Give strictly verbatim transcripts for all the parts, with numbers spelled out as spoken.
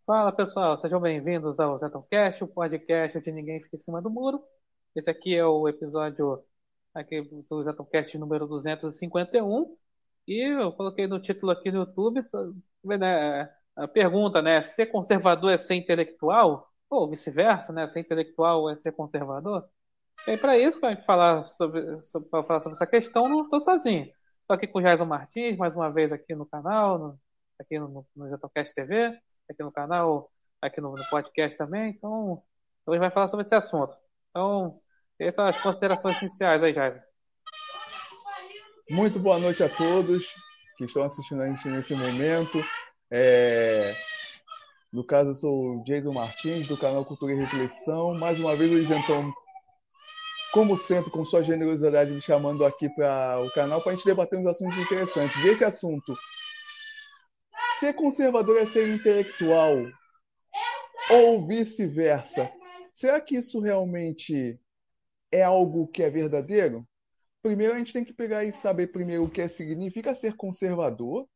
Fala pessoal, sejam bem-vindos ao Zetocast, o podcast onde ninguém fica em cima do muro. Esse aqui é o episódio aqui do Zetocast número duzentos e cinquenta e um. E eu coloquei no título aqui no YouTube, só- né, a pergunta, né? Ser conservador é ser intelectual? Ou vice-versa, né? Ser intelectual é ser conservador? E para isso, para falar sobre, sobre, pra falar sobre essa questão, não estou sozinho. Estou aqui com o Jason Martins, mais uma vez aqui no canal, no- aqui no, no, no Jatocast T V, aqui no canal, aqui no, no podcast também. Então, hoje vai falar sobre esse assunto. Então, essas são as considerações iniciais aí, Jason. Muito boa noite a todos que estão assistindo a gente nesse momento. É... No caso, eu sou o Jason Martins, do canal Cultura e Reflexão. Mais uma vez, o Isentão, como sempre, com sua generosidade, me chamando aqui para o canal para a gente debater uns assuntos interessantes. E esse assunto, ser conservador é ser intelectual ou vice-versa? Será que isso realmente é algo que é verdadeiro? Primeiro, a gente tem que pegar e saber primeiro o que é, significa ser conservador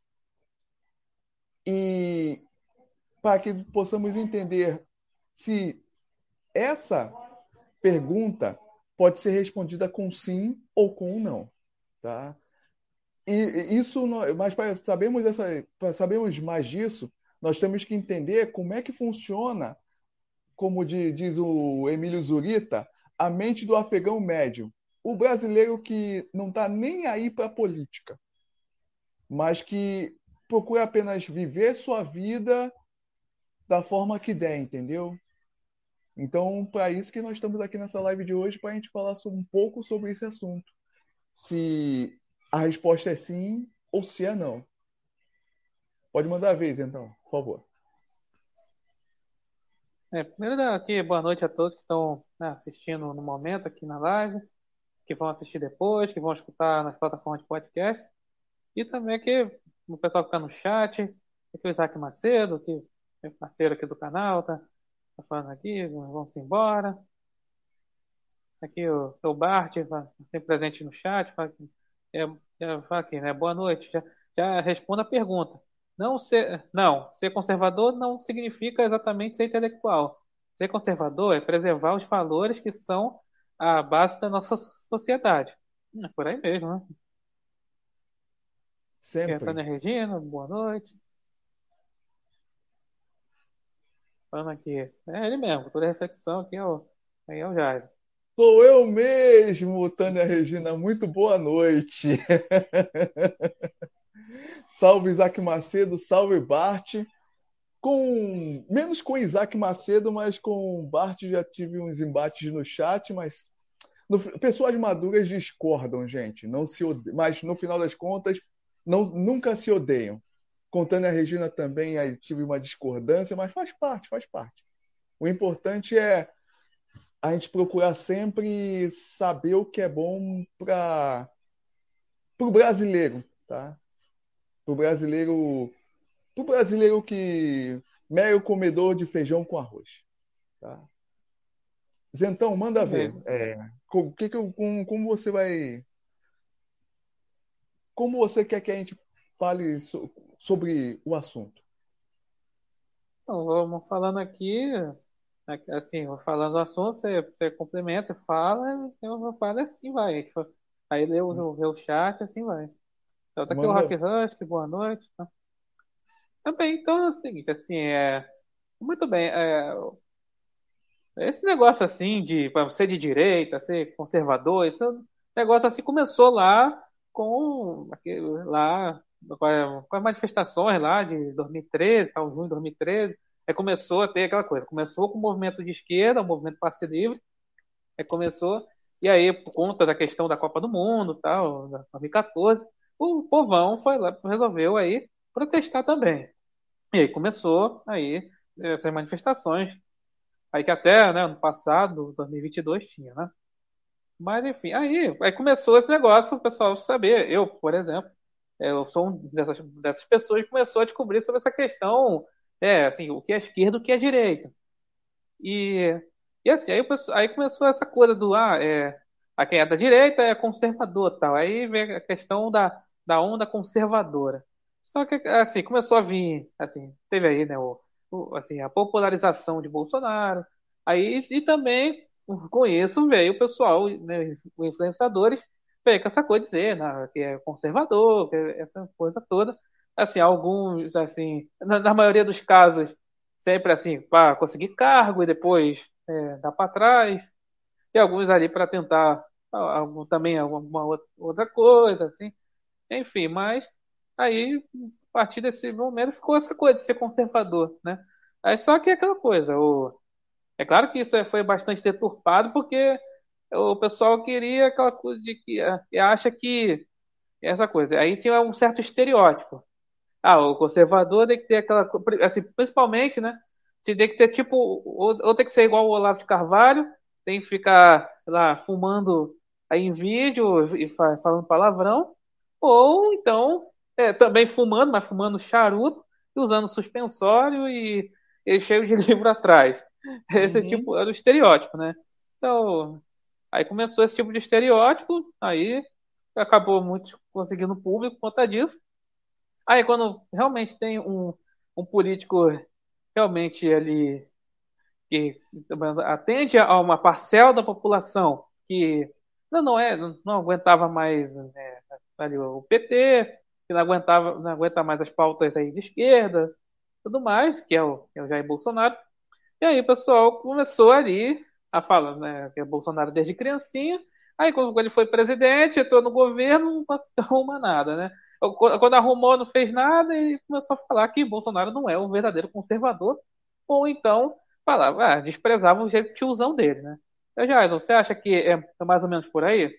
e para que possamos entender se essa pergunta pode ser respondida com sim ou com não, tá? E isso, mas para sabermos essa, para sabermos mais disso, nós temos que entender como é que funciona, como diz o Emílio Zurita, a mente do afegão médio, o brasileiro que não está nem aí para a política, mas que procura apenas viver sua vida da forma que der, entendeu? Então, para isso que nós estamos aqui nessa live de hoje, para a gente falar sobre- um pouco sobre esse assunto. Se a resposta é sim ou se é não. Pode mandar a vez, então, por favor. É, primeiro aqui, boa noite a todos que estão, né, assistindo no momento aqui na live, que vão assistir depois, que vão escutar nas plataformas de podcast. E também aqui o pessoal que está no chat, aqui o Isaac Macedo, que é parceiro aqui do canal, tá, tá falando aqui, vamos embora. Aqui o, o Bart, va- sempre presente no chat, fala, aqui, é, é, fala aqui, né? Boa noite. Já, já responda a pergunta. Não ser, não, ser conservador não significa exatamente ser intelectual. Ser conservador é preservar os valores que são a base da nossa sociedade. É por aí mesmo, né? Aqui é a Sempre. Tânia Regina, boa noite. Falando aqui. É ele mesmo, toda reflexão aqui é o, aí é o Jais. Sou eu mesmo, Tânia Regina. Muito boa noite. Salve Isaac Macedo, salve Bart. Com menos com Isaac Macedo, mas com Bart já tive uns embates no chat, mas no, pessoas maduras discordam, gente. Não se ode... Mas no final das contas, não, nunca se odeiam. Com Tânia Regina também aí tive uma discordância, mas faz parte, faz parte. O importante é a gente procurar sempre saber o que é bom para o brasileiro, tá? Para o brasileiro, pro brasileiro que mero comedor de feijão com arroz, tá? Zentão, manda ver. Beleza. É, com, que que eu- com- como você vai, como você quer que a gente fale so- sobre o assunto? Então, vamos falando aqui, assim, vou falando o assunto, você, você complementa, você fala, eu vou falar assim, vai. Aí lê o, lê o chat, assim vai. Então, tá aqui o Rock Manda. Rush, que boa noite. Tá? Também, então é o seguinte, assim, é. Muito bem, é, esse negócio assim de pra ser de direita, ser conservador, esse negócio assim começou lá com aquele- lá com a- com as manifestações lá de dois mil e treze, tal, junho de dois mil e treze, aí começou a ter aquela coisa, começou com o movimento de esquerda, o movimento Passe Livre, aí começou, e aí por conta da questão da Copa do Mundo, tal, da dois mil e quatorze, o povão foi lá, resolveu aí protestar também. E aí começou aí essas manifestações. Aí que até, né, ano passado, dois mil e vinte e dois, tinha, né? Mas enfim, aí, aí começou esse negócio, o pessoal saber. Eu, por exemplo, é, eu sou um dessas, dessas pessoas que começou a descobrir sobre essa questão, é, assim, o que é esquerda, e o que é direita. E, e assim, aí, o pessoal- aí começou essa coisa do, ah, é, a quem é da direita é conservador, tal. Aí vem a questão da, da onda conservadora. Só que, assim, começou a vir, assim, teve aí, né, o, o- assim, a popularização de Bolsonaro. Aí, e também com isso veio o pessoal, né, os influenciadores, veio com essa coisa de dizer, né, que é conservador, que é essa coisa toda. Assim, alguns, assim, na, na maioria dos casos, sempre assim, para conseguir cargo e depois é, dar para trás. E alguns ali para tentar ah, algum, também alguma outra outra coisa, assim. Enfim, mas aí, a partir desse momento, ficou essa coisa de ser conservador, né? Aí só que é aquela coisa, o... é claro que isso foi bastante deturpado, porque o pessoal queria aquela coisa de que eh, acha que essa coisa. Aí tinha um certo estereótipo. Ah, o conservador tem que ter aquela, co- assim, principalmente, né? Tem que ter tipo, ou, ou tem que ser igual o Olavo de Carvalho, tem que ficar lá fumando aí em vídeo e fa- falando palavrão, ou então é, também fumando, mas fumando charuto, e usando suspensório e, e cheio de livro atrás. Esse Uhum. tipo era o estereótipo, né? Então, aí começou esse tipo de estereótipo, aí acabou muito conseguindo público por conta disso. Aí quando realmente tem um, um político realmente ali que atende a uma parcela da população que não, não é, não, não aguentava mais né, ali, o P T, que não aguentava, não aguenta mais as pautas aí de esquerda, tudo mais, que é o, que é o Jair Bolsonaro. E aí o pessoal começou ali a falar, né, que é Bolsonaro desde criancinha. Aí quando ele foi presidente, entrou no governo, não conseguiu arrumar nada, né? Quando arrumou, não fez nada e começou a falar que Bolsonaro não é um verdadeiro conservador, ou então falava, ah, desprezava o jeito tiozão dele, né? Eu já, você acha que é mais ou menos por aí?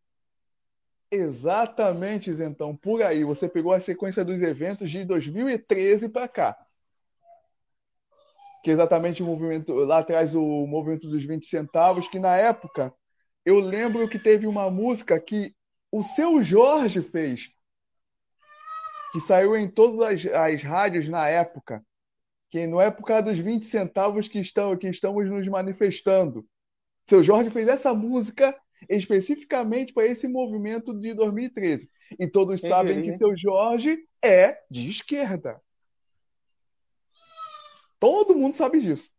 Exatamente, então, por aí. Você pegou a sequência dos eventos de dois mil e treze para cá. Que é exatamente o movimento, lá atrás, o movimento dos vinte centavos, que na época, eu lembro que teve uma música que o Seu Jorge fez, que saiu em todas as, as rádios na época, que não é por causa dos vinte centavos que, estão, que estamos nos manifestando. Seu Jorge fez essa música especificamente para esse movimento de dois mil e treze. E todos Quem sabem que diria, hein? seu Jorge é de esquerda. Todo mundo sabe disso.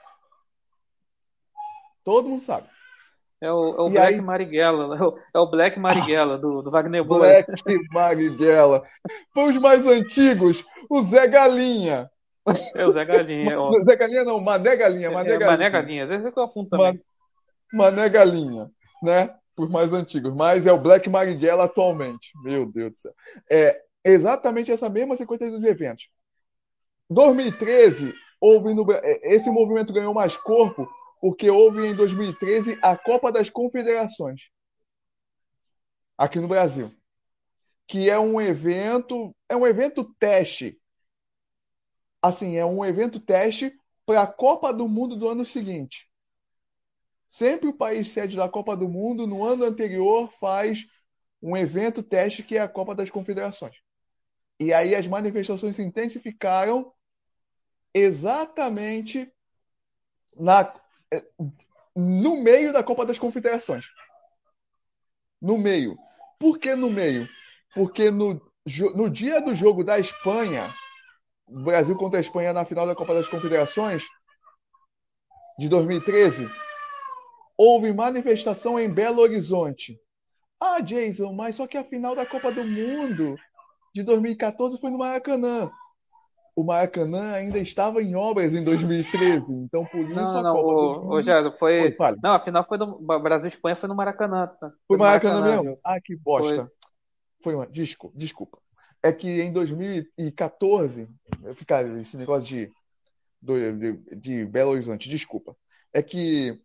Todo mundo sabe. É o, é o E Black aí, Marighella, é o, é o Black Marighella do, do Wagner Moura. Black Marighella. Para os mais antigos, o Zé Galinha. É o Zé Galinha, ó. Zé Galinha não, Mané Galinha, É, Mané é Mané Galinha. Galinha, às vezes eu confundo Ma- também. Mané Galinha, né? Para os mais antigos. Mas é o Black Marighella atualmente. Meu Deus do céu. É exatamente essa mesma sequência dos eventos. dois mil e treze, houve no, esse movimento ganhou mais corpo porque houve em dois mil e treze a Copa das Confederações aqui no Brasil, que é um evento, é um evento teste. Assim, é um evento teste para a Copa do Mundo do ano seguinte. Sempre o país sede da Copa do Mundo, no ano anterior, faz um evento teste que é a Copa das Confederações. E aí as manifestações se intensificaram exatamente na, no meio da Copa das Confederações. No meio. Por que no meio? Porque no, no dia do jogo da Espanha, Brasil contra a Espanha na final da Copa das Confederações de dois mil e treze, houve manifestação em Belo Horizonte. Ah, Jason, mas só que a final da Copa do Mundo de dois mil e quatorze foi no Maracanã. O Maracanã ainda estava em obras em dois mil e treze, então por Não, isso não, a não. Copa do O, o Mundo Gerson, foi, foi. vale. Não, a final foi do Brasil e Espanha, foi no Maracanã. Tá? Foi Foi no Maracanã Maracanã, mesmo? viu? Ah, que Foi. bosta. Foi uma. Desculpa, desculpa. É que em dois mil e quatorze, ficar esse negócio de, de, de Belo Horizonte, desculpa. É que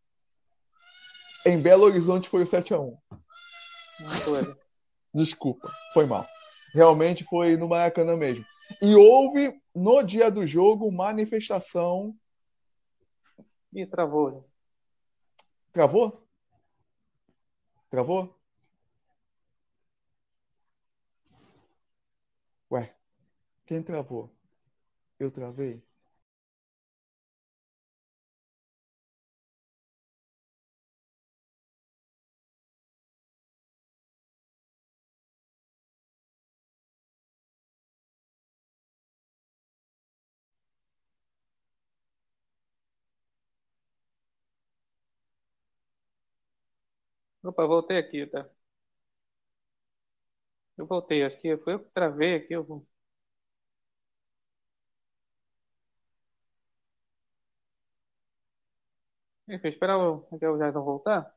em Belo Horizonte foi o sete a um. Não foi. Desculpa, foi mal. Realmente foi no Maracanã mesmo. E houve, no dia do jogo, manifestação. Ih, travou. Travou? Travou? Ué, quem travou? Eu travei? Opa, voltei aqui, tá? Eu voltei, acho que foi eu que travei aqui. Eu... vou- Enfim, esperar o, até o Jason voltar.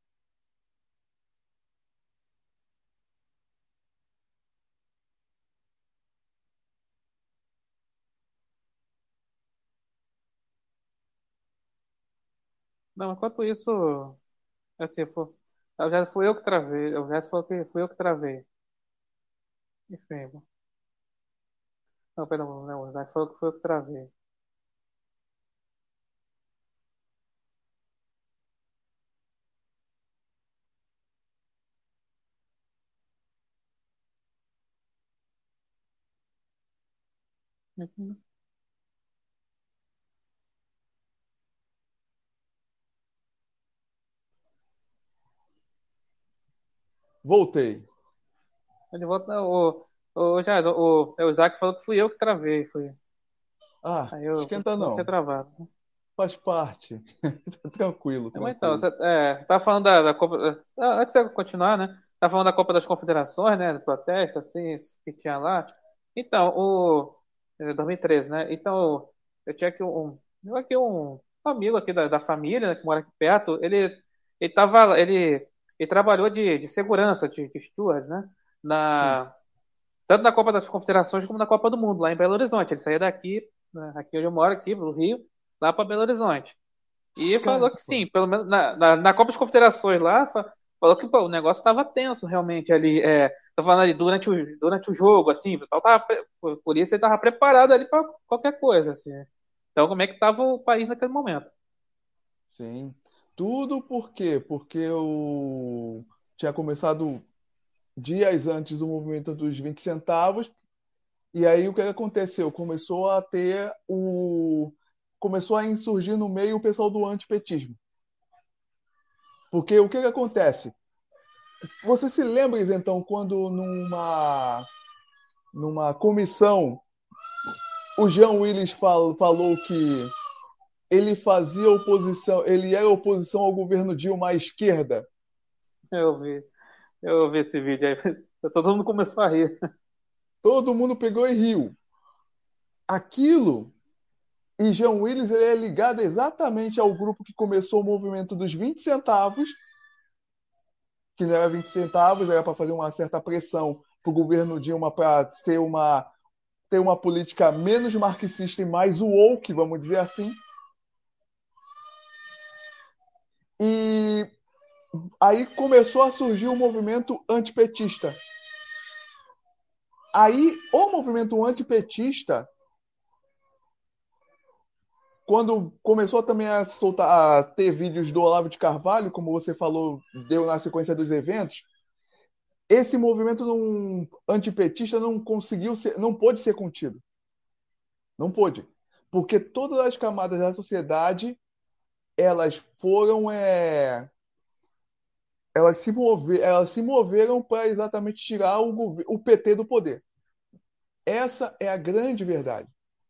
Não, enquanto isso, assim, foi, o Jason foi eu que travei. O Jason falou que fui eu que travei. Enfim, não, perdão, não, o Jason falou que foi eu que travei. Uhum. Voltei. Ele volta, o, o, Jason, o, é, o Isaac falou que fui eu que travei. Foi. Ah, Aí eu, esquenta eu que tinha não. travado. Faz parte. Tranquilo, Mas então, tranquilo. você, é, você tava falando da, da Copa. ah, Antes de você continuar, né? Tá falando da Copa das Confederações, né? Do protesto, assim, isso que tinha lá. Então, o. é, dois mil e treze, né? Então, eu tinha aqui um. Eu aqui um amigo aqui da, da família, né, que mora aqui perto. Ele, ele tava. Ele, ele trabalhou de, de segurança, de, de stewards, né? Sim. Na, tanto na Copa das Confederações como na Copa do Mundo, lá em Belo Horizonte. Ele saía daqui, né, aqui onde eu moro, aqui, no Rio, lá para Belo Horizonte. E falou que Caramba. sim, pelo menos na, na, na Copa das Confederações lá, fa- falou que pô, o negócio estava tenso realmente ali. É, tô falando ali durante o, durante o jogo, assim, o pessoal tava, pre- por por isso ele estava preparado ali para qualquer coisa, assim. Então, como é que estava o país naquele momento? Sim. Tudo por quê? Porque eu tinha começado dias antes do movimento dos vinte centavos, e aí o que aconteceu? Começou a ter o. Começou a insurgir no meio o pessoal do antipetismo. Porque o que que acontece? Você se lembra, então, quando numa, numa comissão o Jean Willis fal, falou que ele fazia oposição, ele era oposição ao governo Dilma à esquerda? Eu vi, eu vi esse vídeo aí, todo mundo começou a rir. Todo mundo pegou e riu. Aquilo, e Jean Willis ele é ligado exatamente ao grupo que começou o movimento dos vinte centavos, que não era vinte centavos, era para fazer uma certa pressão para o governo Dilma para ter uma, ter uma política menos marxista e mais woke, vamos dizer assim. E aí começou a surgir o movimento antipetista. Aí o movimento antipetista, quando começou também a soltar, a ter vídeos do Olavo de Carvalho, como você falou, deu na sequência dos eventos, esse movimento não, antipetista não conseguiu ser, não pôde ser contido. Não pôde. Porque todas as camadas da sociedade, elas foram é, elas se mover, elas se moveram para exatamente tirar o, o P T do poder. Essa é a grande verdade.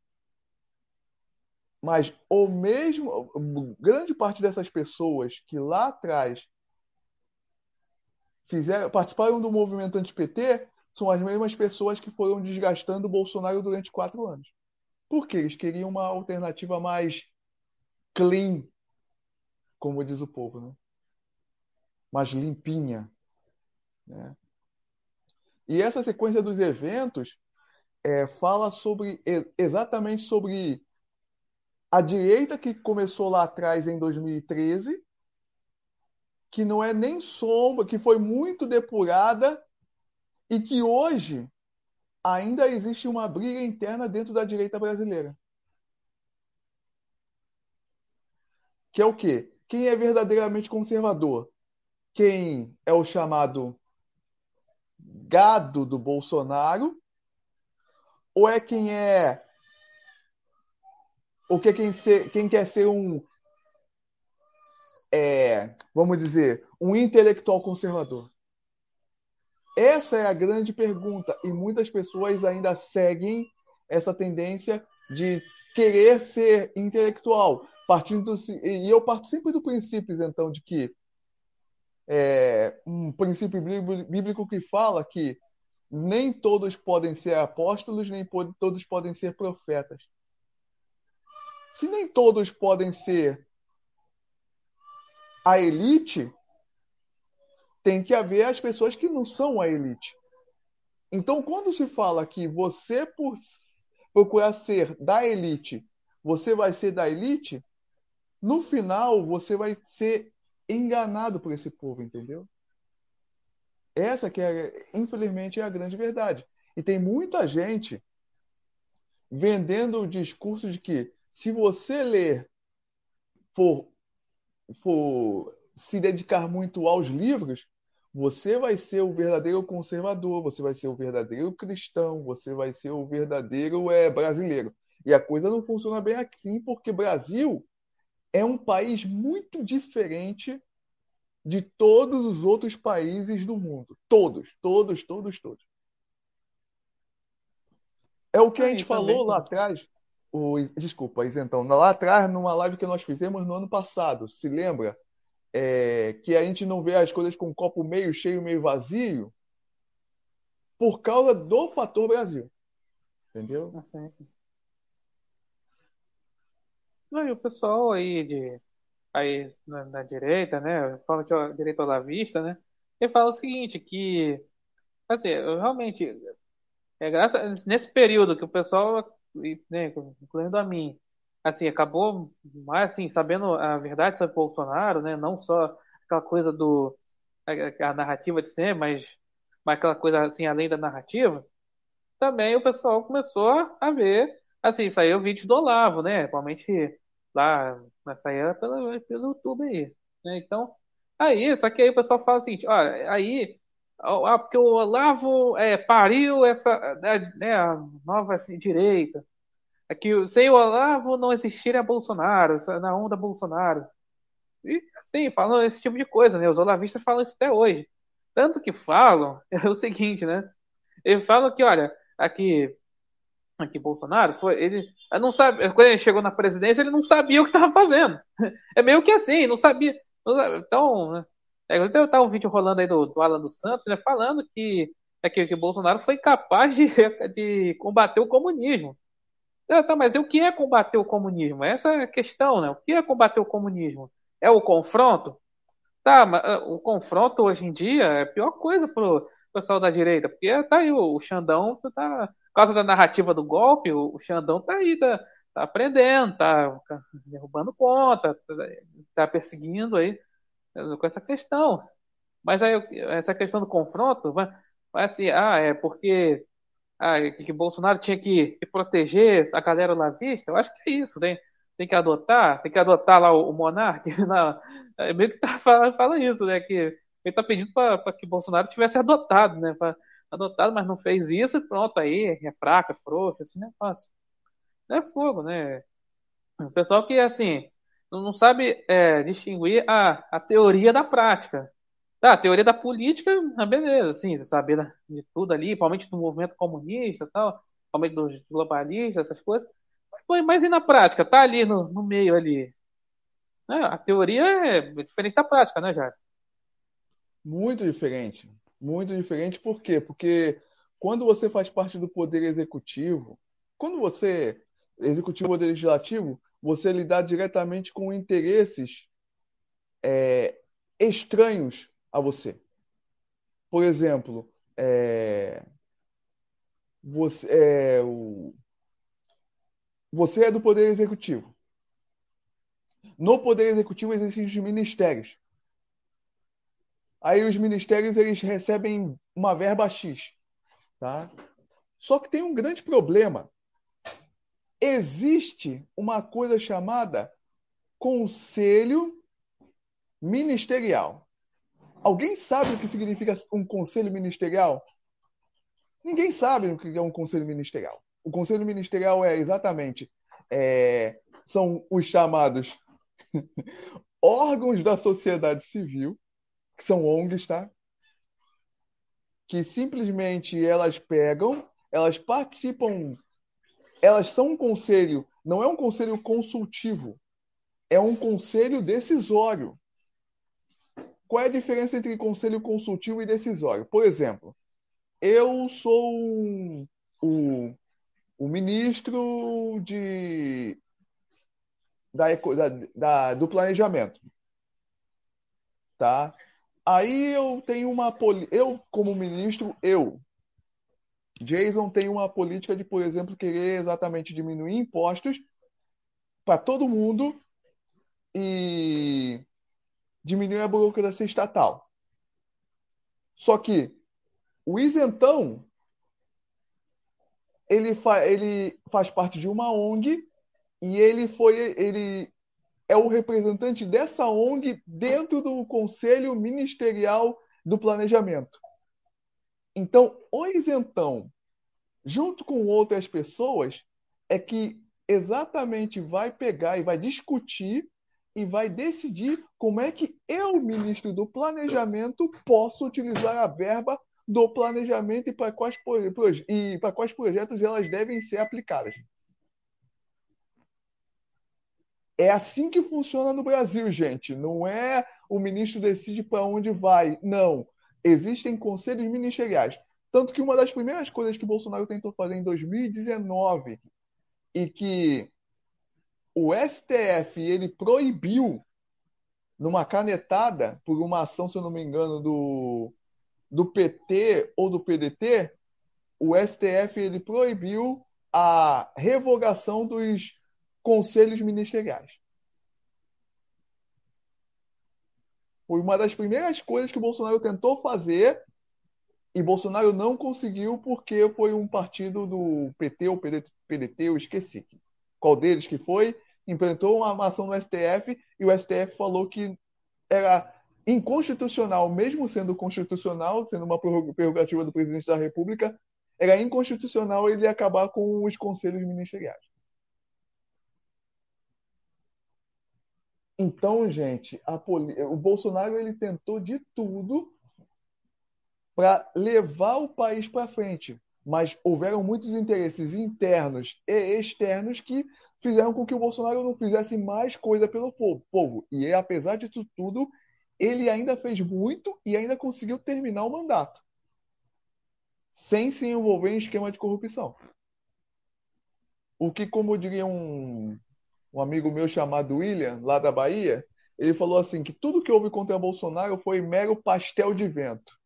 Mas o mesmo, grande parte dessas pessoas que lá atrás fizeram, participaram do movimento anti-P T são as mesmas pessoas que foram desgastando o Bolsonaro durante quatro anos. Por quê? Eles queriam uma alternativa mais clean, como diz o povo, né? Mais limpinha. Né? E essa sequência dos eventos é, fala sobre exatamente sobre a direita que começou lá atrás em dois mil e treze, que não é nem sombra, que foi muito depurada e que hoje ainda existe uma briga interna dentro da direita brasileira. Que é o quê? Quem é verdadeiramente conservador? Quem é o chamado gado do Bolsonaro? Ou é quem é. Ou que é quem, ser, quem quer ser um. É, vamos dizer, um intelectual conservador? Essa é a grande pergunta. E muitas pessoas ainda seguem essa tendência de querer ser intelectual. Partindo do, e eu parto sempre do princípio, então, de que é, um princípio bíblico que fala que nem todos podem ser apóstolos, nem todos podem ser profetas. Se nem todos podem ser a elite, tem que haver as pessoas que não são a elite. Então, quando se fala que você, por procurar ser da elite, você vai ser da elite, no final você vai ser enganado por esse povo, entendeu? Essa que é, infelizmente, é a grande verdade. E tem muita gente vendendo o discurso de que se você ler, for, for se dedicar muito aos livros, você vai ser o verdadeiro conservador, você vai ser o verdadeiro cristão, você vai ser o verdadeiro é, brasileiro. E a coisa não funciona bem assim, porque Brasil é um país muito diferente de todos os outros países do mundo. Todos, todos, todos, todos. É o que a Ah, gente e também, falou lá atrás. O, desculpa, Isentão. Lá atrás, numa live que nós fizemos no ano passado, se lembra? É, que a gente não vê as coisas com o copo meio cheio, meio vazio, por causa do fator Brasil. Entendeu? assim, não, e o pessoal aí de aí na, na direita, né? Fala de ó, direita olavista, né? Ele fala o seguinte, que assim, eu realmente é graças nesse período que o pessoal, e, né, incluindo a mim, assim, acabou mais assim, sabendo a verdade sobre Bolsonaro, né? Não só aquela coisa do a, a narrativa de sempre, mas, mas aquela coisa assim além da narrativa. Também o pessoal começou a ver, assim, saiu vídeo do Olavo, né? Provavelmente lá, mas saía pelo, pelo YouTube aí, né? Então, aí, só que aí o pessoal fala assim, olha, aí, ah, porque o Olavo é, pariu essa, né, a nova assim, direita, é que sem o Olavo não existiria Bolsonaro, na onda Bolsonaro. E assim, falam esse tipo de coisa, né? Os olavistas falam isso até hoje. Tanto que falam, é o seguinte, né? Eles falam que, olha, aqui aqui Bolsonaro foi ele não sabe quando ele chegou na presidência ele não sabia o que estava fazendo, é meio que assim, não sabia, então né? É, então tá um vídeo rolando aí do, do Alan dos Santos, né, falando que é que, que Bolsonaro foi capaz de, de combater o comunismo. Ah, tá, mas e o que é combater o comunismo? Essa é a questão, né? O que é combater o comunismo? É o confronto? Tá, mas ah, o confronto hoje em dia é a pior coisa pro pessoal da direita, porque tá aí o, o Xandão, tá, por causa da narrativa do golpe, o, o Xandão tá aí, tá, tá aprendendo, tá derrubando conta, tá, tá perseguindo aí eh, com essa questão. Mas aí essa questão do confronto, vai, vai assim, ah, é porque ah, que, que Bolsonaro tinha que, que proteger a galera nazista, eu acho que é isso, tem, tem que adotar, tem que adotar lá o, o Monark, na, é meio que tá, fala, fala isso, né, que ele tá pedindo para que Bolsonaro tivesse adotado, né, pra, adotado, mas não fez isso, e pronto, aí é fraca, é frouxa, assim, não é fácil. Não é fogo, né, o pessoal que, assim, não não sabe é, distinguir a, a teoria da prática. Tá, a teoria da política, ah, beleza, assim, você saber da- de tudo ali, principalmente do movimento comunista e tal, principalmente dos globalistas, essas coisas. Mas, mas e na prática? Tá ali no, no meio ali. Né? A teoria é diferente da prática, né, Jás? Muito diferente. Muito diferente por quê? Porque quando você faz parte do poder executivo, quando você executivo poder legislativo, você lidar diretamente com interesses é, estranhos a você. Por exemplo, é, você, é, o, você é do poder executivo. No poder executivo existem os ministérios. Aí os ministérios eles recebem uma verba X, tá? Só que tem um grande problema. Existe uma coisa chamada conselho ministerial. Alguém sabe o que significa um conselho ministerial? Ninguém sabe o que é um conselho ministerial. O conselho ministerial é exatamente é, são os chamados órgãos da sociedade civil, que são O N Gs, tá? Que simplesmente elas pegam, elas participam, elas são um conselho, não é um conselho consultivo, é um conselho decisório. qual é a diferença entre conselho consultivo e decisório? Por exemplo, eu sou um, um, um ministro de, da, eco- da- da- do planejamento, tá? Aí eu tenho uma poli- eu como ministro, eu, Jason, tenho uma política de, por exemplo, querer exatamente diminuir impostos para todo mundo e diminuir a burocracia estatal. Só que o isentão ele, fa ele faz parte de uma O N G e ele foi ele é o representante dessa O N G dentro do Conselho Ministerial do Planejamento. Então, o isentão, junto com outras pessoas, é que exatamente vai pegar e vai discutir e vai decidir como é que eu, ministro do Planejamento, posso utilizar a verba do planejamento e para quais, e para quais projetos elas devem ser aplicadas. É assim que funciona no Brasil, gente. Não é o ministro decide para onde vai. Não. Existem conselhos ministeriais. Tanto que uma das primeiras coisas que Bolsonaro tentou fazer em dois mil e dezenove e que o S T F ele proibiu numa canetada por uma ação, se eu não me engano, do, do P T ou do P D T, o S T F ele proibiu a revogação dos conselhos ministeriais. Foi uma das primeiras coisas que o Bolsonaro tentou fazer e Bolsonaro não conseguiu porque foi um partido do P T ou P D T, eu esqueci qual deles que foi, implementou uma ação no S T F e o S T F falou que era inconstitucional, mesmo sendo constitucional, sendo uma prerrogativa do presidente da República, era inconstitucional ele acabar com os conselhos ministeriais. Então, gente, poli... o Bolsonaro ele tentou de tudo para levar o país para frente, mas houveram muitos interesses internos e externos que fizeram com que o Bolsonaro não fizesse mais coisa pelo povo. E apesar de tudo, ele ainda fez muito e ainda conseguiu terminar o mandato, sem se envolver em esquema de corrupção. O que, como diria um, um amigo meu chamado William, lá da Bahia, ele falou assim que tudo que houve contra Bolsonaro foi mero pastel de vento.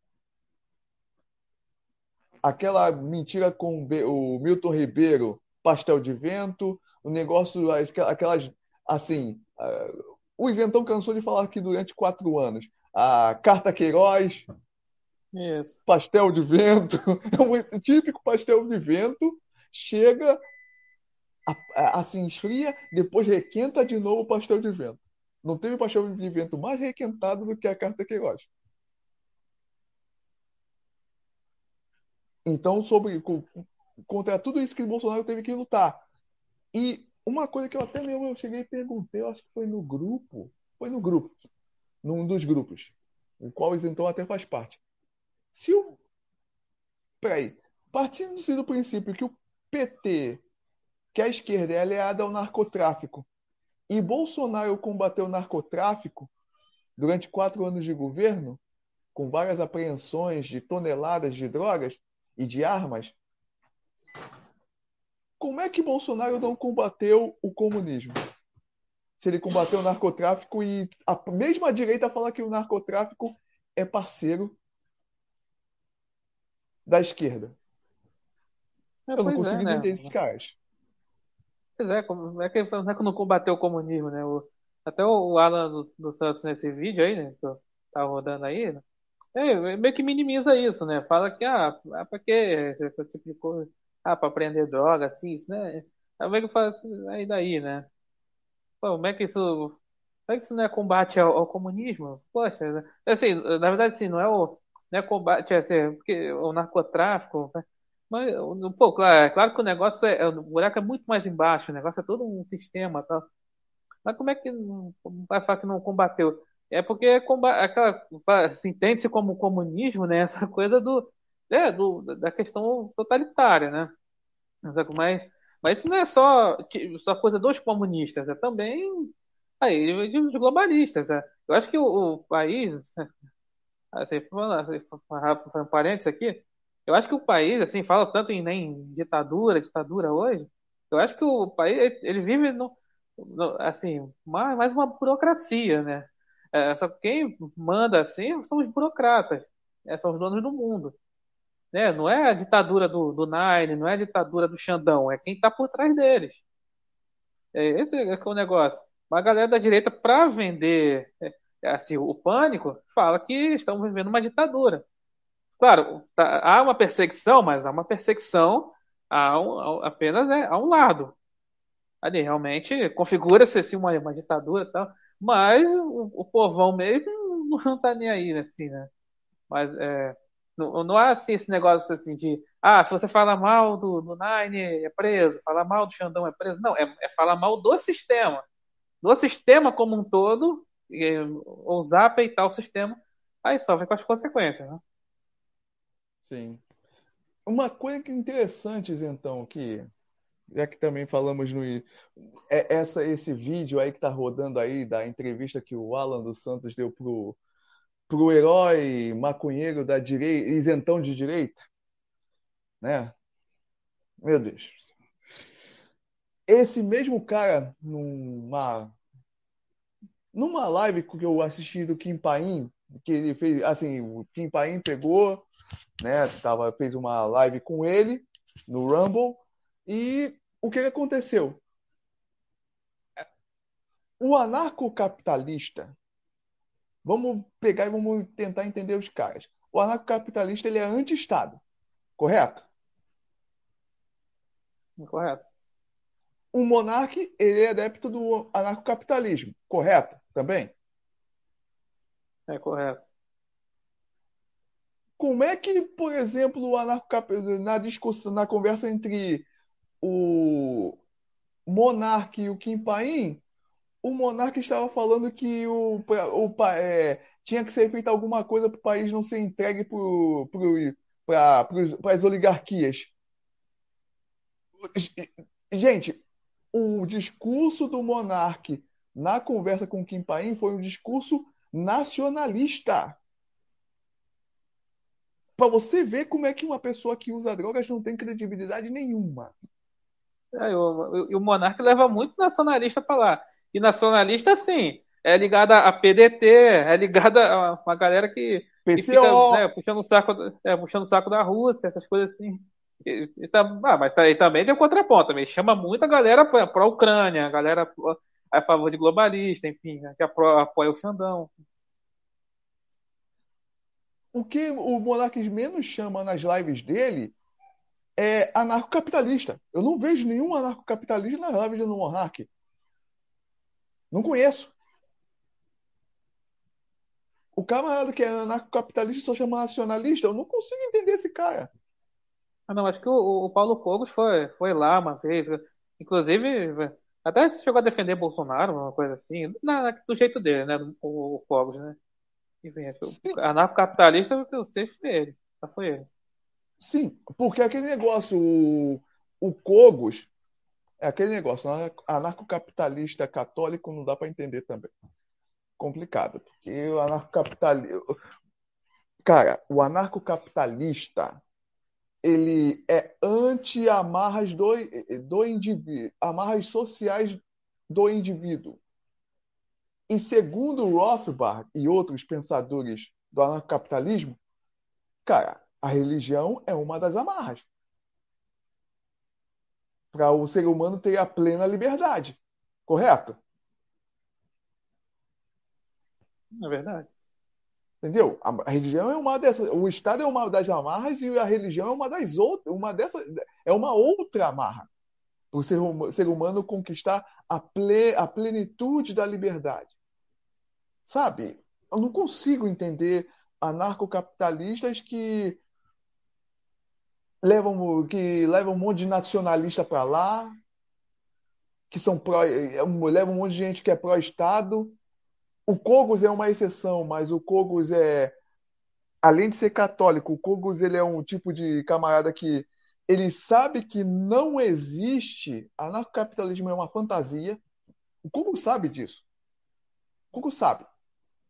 Aquela mentira com o Milton Ribeiro, pastel de vento, o negócio, aquelas, assim, uh, o isentão cansou de falar aqui durante quatro anos. A Carta Queiroz, Isso. pastel de vento, é um típico pastel de vento, chega, assim, esfria, depois requenta de novo o pastel de vento. Não teve pastel de vento mais requentado do que a Carta Queiroz. Então, sobre, contra tudo isso que o Bolsonaro teve que lutar. E uma coisa que eu até mesmo eu cheguei e perguntei, eu acho que foi no grupo, foi no grupo, num dos grupos, o qual o isentão até faz parte. Se o. Peraí, partindo-se do princípio que o P T, que a esquerda é aliada ao narcotráfico, e Bolsonaro combateu o narcotráfico durante quatro anos de governo, com várias apreensões de toneladas de drogas e de armas, como é que Bolsonaro não combateu o comunismo? Se ele combateu o narcotráfico e a mesma direita fala que o narcotráfico é parceiro da esquerda. É, Eu não pois consigo é, né? entender esses caras. Pois é, como é que, não é que não combateu o comunismo, né? O, até o Alan dos do Santos nesse vídeo aí, né? Que eu tava rodando aí, né? É, meio que minimiza isso, né? Fala que, ah, ah pra quê? Esse tipo de coisa. Ah, pra aprender droga, assim, isso, né? Aí meio que fala, assim, aí daí, né? Pô, como é que isso. Como é que isso não é combate ao, ao comunismo? Poxa, né? Assim, na verdade, assim, não é o. Não é combate, assim, porque o narcotráfico, né? Mas, pô, claro, é claro que o negócio é. O buraco é muito mais embaixo, o negócio é todo um sistema, tá? Mas como é que não vai falar que não combateu? É porque comba- aquela, se entende-se como comunismo, né? Essa coisa do, é, do, da questão totalitária, né? Mas, mas isso não é só, só coisa dos comunistas, é também aí, dos globalistas. É. Eu acho que o, o país, assim, falando, assim, fazendo parênteses aqui, eu acho que o país, assim, fala tanto em, né, em ditadura, ditadura hoje, eu acho que o país, ele vive no, no- assim, mais, mais uma burocracia, né? É, só que quem manda, assim, são os burocratas, né, são os donos do mundo, né? Não é a ditadura do, do Nine, não é a ditadura do Xandão, é quem está por trás deles. É, esse é que é o negócio. Mas a galera da direita, para vender é, é, assim, o pânico, fala que estamos vivendo uma ditadura. Claro, tá- há uma perseguição, mas há uma perseguição a um- a- apenas é, a um lado. Ali realmente configura-se assim, uma, uma ditadura e tal, mas o, o povão mesmo não está nem aí, assim, né? Mas é, não, não há assim, esse negócio assim de ah, se você fala mal do, do Nine é preso, fala mal do Xandão é preso. Não, é, é falar mal do sistema. Do sistema como um todo, e, ousar peitar o sistema, aí sofre com as consequências, né? Sim. Uma coisa que é interessante, então, que já que também falamos no é essa esse vídeo aí que tá rodando aí da entrevista que o Alan dos Santos deu pro pro herói maconheiro da direita, isentão de direita, né? Meu Deus. Esse mesmo cara numa numa live que eu assisti do Kim Paim, que ele fez, assim, o Kim Paim pegou, né, tava fez uma live com ele no Rumble e o que aconteceu? O anarcocapitalista, vamos pegar e vamos tentar entender os caras. O anarcocapitalista ele é anti-Estado, correto? Correto. O monarca ele é adepto do anarcocapitalismo, correto? Também? É correto. Como é que, por exemplo, o anarcocapitalismo, na discussão, na conversa entre o monarca e o Kim Paim, o monarca estava falando que o, o, é, tinha que ser feita alguma coisa para o país não ser entregue para as oligarquias. Gente, o discurso do monarca na conversa com Kim Paim foi um discurso nacionalista. Para você ver como é que uma pessoa que usa drogas não tem credibilidade nenhuma. É, e o, e o Monark leva muito nacionalista para lá. E nacionalista, sim, é ligada a P D T, é ligada a uma galera que, que fica, né, P T O! puxando o saco, é, puxando o saco da Rússia, essas coisas assim. E, e tá, ah, mas tá, e também tem o contraponto, também chama muita galera para a Ucrânia, a galera a favor de globalista, enfim, né, que apro- apoia o Xandão. O que o monarca menos chama nas lives dele é anarcocapitalista. Eu não vejo nenhum anarcocapitalista nas lives do monarca. Não conheço. O camarada que é anarcocapitalista só chama nacionalista. Eu não consigo entender esse cara. Ah, não, acho que o, o Paulo Cogos foi, foi lá uma vez. Inclusive, até chegou a defender Bolsonaro, uma coisa assim, na, do jeito dele, né? O, o Cogos, né? Enfim, acho que o Sim, anarcocapitalista, eu sei, foi ele. Só foi ele. sim, porque aquele negócio, o, o Cogos, é aquele negócio, anarcocapitalista católico não dá para entender também. Complicado, porque o anarcocapitalista. Cara, o anarcocapitalista ele é anti-amarras do, do indivíduo, amarras sociais do indivíduo. E segundo Rothbard e outros pensadores do anarcocapitalismo, cara, a religião é uma das amarras para o ser humano ter a plena liberdade, correto? É verdade. Entendeu? A religião é uma dessas, o Estado é uma das amarras e a religião é uma das outras, uma dessas é uma outra amarra para o ser, hum- ser humano conquistar a, ple, a plenitude da liberdade. Sabe? Eu não consigo entender anarcocapitalistas que levam, que levam um monte de nacionalista para lá, que são pró, levam um monte de gente que é pró-Estado. O Cogos é uma exceção, mas o Cogos é, além de ser católico, o Cogos ele é um tipo de camarada que ele sabe que não existe, anarcocapitalismo é uma fantasia. O Cogos sabe disso. O Cogos sabe.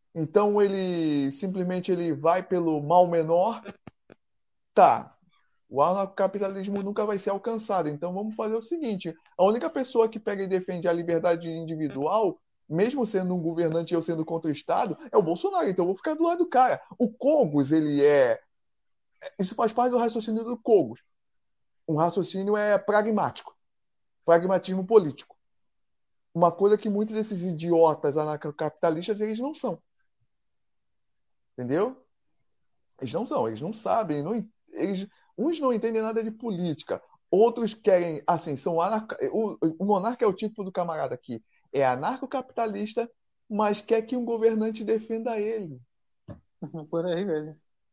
Então ele simplesmente ele vai pelo mal menor. Tá, o anarcocapitalismo nunca vai ser alcançado. Então vamos fazer o seguinte: a única pessoa que pega e defende a liberdade individual, mesmo sendo um governante e eu sendo contra o Estado, é o Bolsonaro. Então eu vou ficar do lado do cara. O Cogos, ele é. Isso faz parte do raciocínio do Cogos. Um raciocínio é pragmático, pragmatismo político. Uma coisa que muitos desses idiotas anarcocapitalistas eles não são. Entendeu? Eles não são, eles não sabem, não, eles, uns não entendem nada de política, outros querem, assim, são anarca, o, o monarca é o tipo do camarada que é anarcocapitalista, mas quer que um governante defenda ele. Por aí, velho.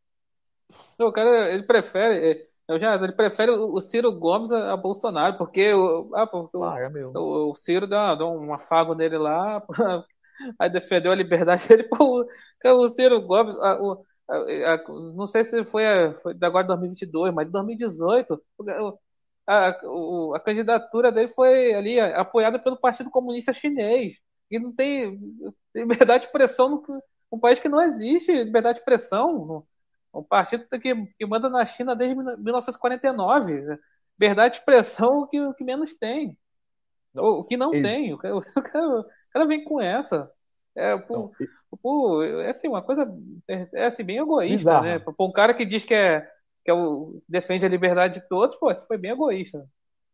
O cara, ele prefere, é, eu já, ele prefere o o Ciro Gomes a, a Bolsonaro, porque, o, ah, porque o, Para, meu. o, o Ciro dá, dá um afago nele lá, aí defendeu a liberdade dele, pô, o, cara, o Ciro Gomes, a, o, a, a- não sei se foi, a, foi agora em dois mil e vinte e dois, mas em dois mil e dezoito, o- a, o, a candidatura dele foi ali apoiada pelo Partido Comunista Chinês, e não tem liberdade de expressão no, um país que não existe liberdade de expressão. Um partido que, que manda na China desde mil novecentos e quarenta e nove. Verdade de expressão o que, o que menos tem. Não, O, o que não ex- tem. O cara, o cara, o cara vem com essa. É, não, pô, pô, é assim, uma coisa é, é assim, bem egoísta, né? bizarra. Pra um cara que diz que, é, que é o, defende a liberdade de todos, pô, isso foi bem egoísta.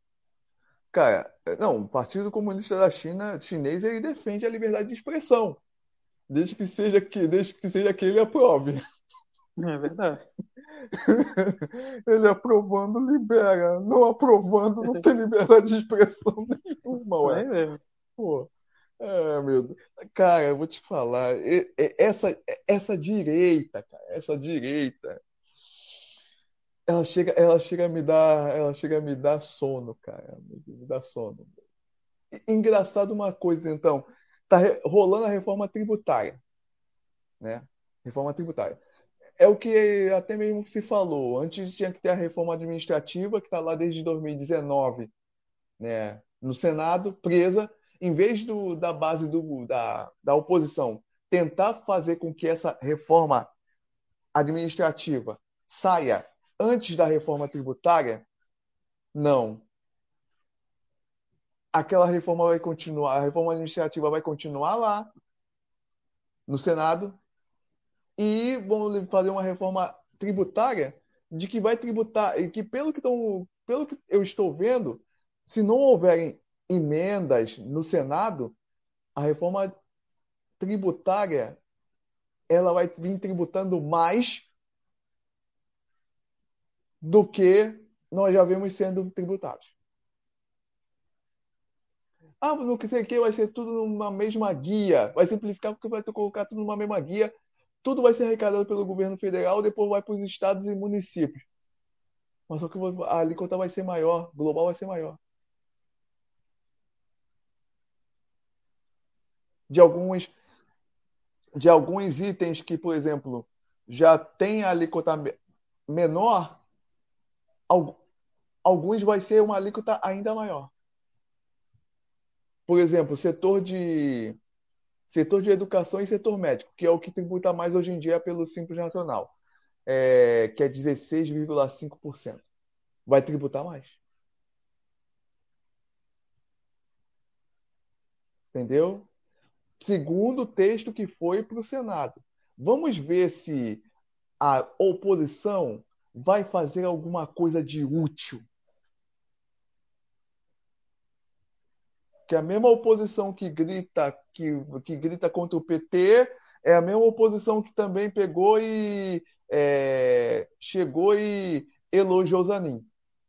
Cara, não, o Partido Comunista da China, chinês, ele defende a liberdade de expressão, desde que seja que, desde que seja que ele aprove. É verdade. Ele aprovando libera, não aprovando não tem liberdade de expressão nenhuma, Por ué. aí mesmo. Pô, é, meu Deus. Cara, eu vou te falar, e- e- essa, essa direita, cara, essa direita, ela chega, ela chega a me dar, ela chega a me dar sono, cara, me dá sono. E- Engraçado uma coisa, então, tá re- rolando a reforma tributária, né? Reforma tributária. É o que até mesmo se falou. Antes tinha que ter a reforma administrativa, que está lá desde dois mil e dezenove, né, no Senado, presa. Em vez do, da base do, da, da oposição tentar fazer com que essa reforma administrativa saia antes da reforma tributária, não. Aquela reforma vai continuar, a reforma administrativa vai continuar lá no Senado e vamos fazer uma reforma tributária de que vai tributar e que pelo que estão, pelo que eu estou vendo, se não houverem emendas no Senado, a reforma tributária ela vai vir tributando mais do que nós já vemos sendo tributados. Ah, não sei o que, vai ser tudo numa mesma guia. Vai simplificar porque vai colocar tudo numa mesma guia. Tudo vai ser arrecadado pelo governo federal, depois vai para os estados e municípios. Mas só que a alíquota vai ser maior, global vai ser maior. De alguns, de alguns itens que, por exemplo, já tem a alíquota menor, alguns vai ser uma alíquota ainda maior. Por exemplo, setor de setor de educação e setor médico, que é o que tributa mais hoje em dia pelo Simples Nacional, é, que é dezesseis vírgula cinco por cento. Vai tributar mais. Entendeu? Segundo o texto que foi para o Senado. Vamos ver se a oposição vai fazer alguma coisa de útil. Que a mesma oposição que grita, que, que grita contra o P T é a mesma oposição que também pegou e é, chegou e elogiou Zanin,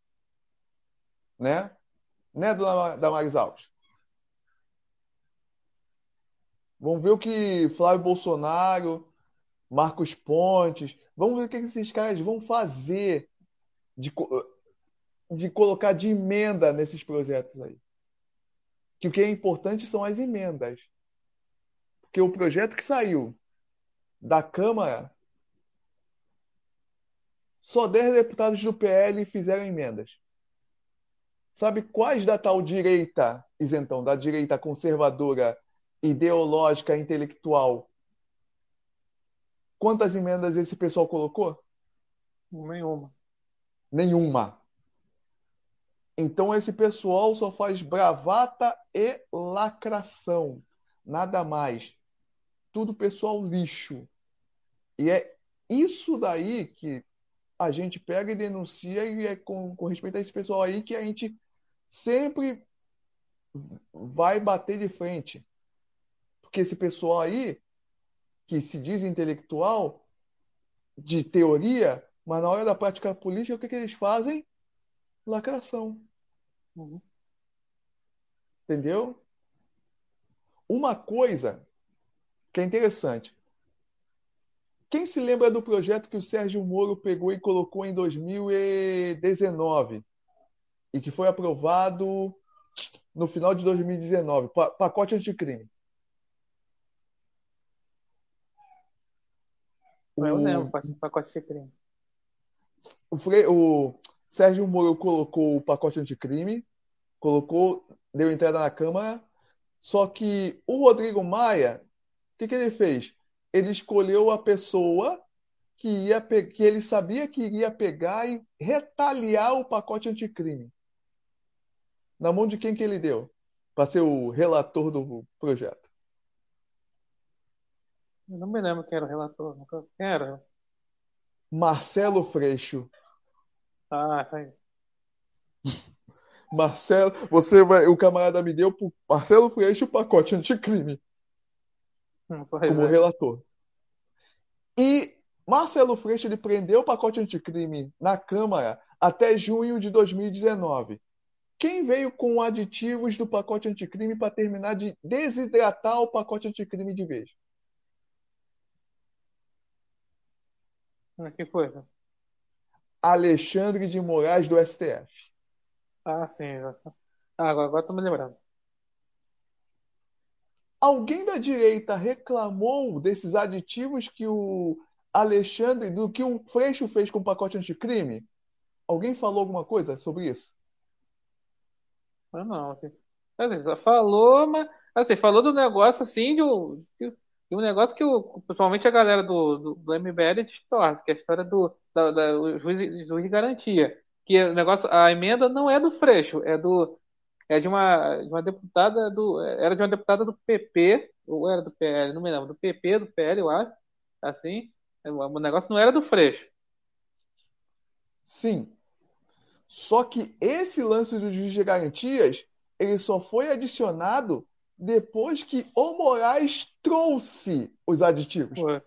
né? Né, dona Damares Alves? Vamos ver o que Flávio Bolsonaro, Marcos Pontes, vamos ver o que esses caras vão fazer de, de colocar de emenda nesses projetos aí. Que o que é importante são as emendas. Porque o projeto que saiu da Câmara, só dez deputados do P L fizeram emendas. Sabe quais da tal direita, isentão, da direita conservadora, ideológica, intelectual, quantas emendas esse pessoal colocou? Nenhuma. Nenhuma. Então esse pessoal só faz bravata e lacração. Nada mais. Tudo pessoal lixo. E é isso daí que a gente pega e denuncia, e é com, com respeito a esse pessoal aí que a gente sempre vai bater de frente. Porque esse pessoal aí, que se diz intelectual, de teoria, mas na hora da prática política, o que, que eles fazem? Lacração. Uhum. Entendeu? Uma coisa que é interessante. Quem se lembra do projeto que o Sérgio Moro pegou e colocou em dois mil e dezenove e que foi aprovado no final de dois mil e dezenove, pacote anticrime? Eu lembro, O, pacote de crime. o, o Sérgio Moro colocou o pacote anticrime, colocou, deu entrada na Câmara, só que o Rodrigo Maia, o que, que ele fez? Ele escolheu a pessoa que, ia que ele sabia que iria pegar e retaliar o pacote anticrime. Na mão de quem que ele deu? Para ser o relator do projeto. Eu não me lembro quem era o relator. Nunca... Quem era? Marcelo Freixo. Ah, tá aí. Marcelo, você vai, o camarada me deu pro Marcelo Freixo o pacote anticrime Hum, pois como é. relator. E Marcelo Freixo ele prendeu o pacote anticrime na Câmara até junho de dois mil e dezenove. Quem veio com aditivos do pacote anticrime para terminar de desidratar o pacote anticrime de vez? Ah, quem foi? Alexandre de Moraes, do S T F. Ah, sim. Já. Ah, agora, agora tô me lembrando. Alguém da direita reclamou desses aditivos que o Alexandre, do que o Freixo fez com o pacote anticrime? Alguém falou alguma coisa sobre isso? Mas não, assim. Assim, só falou, mas. Assim, falou do negócio assim, de um, de um negócio que o, principalmente a galera do, do, do M B L distorce, que é a história do da, da, o juiz, juiz de garantia. Que o negócio, a emenda não é do Freixo, é do. É de uma, de uma deputada do. Era de uma deputada do P P, ou era do P L, não me lembro, do P P, do P L, eu acho. Assim. O negócio não era do Freixo. Sim. Só que esse lance do juiz de garantias, ele só foi adicionado depois que o Moraes trouxe os aditivos. Pô,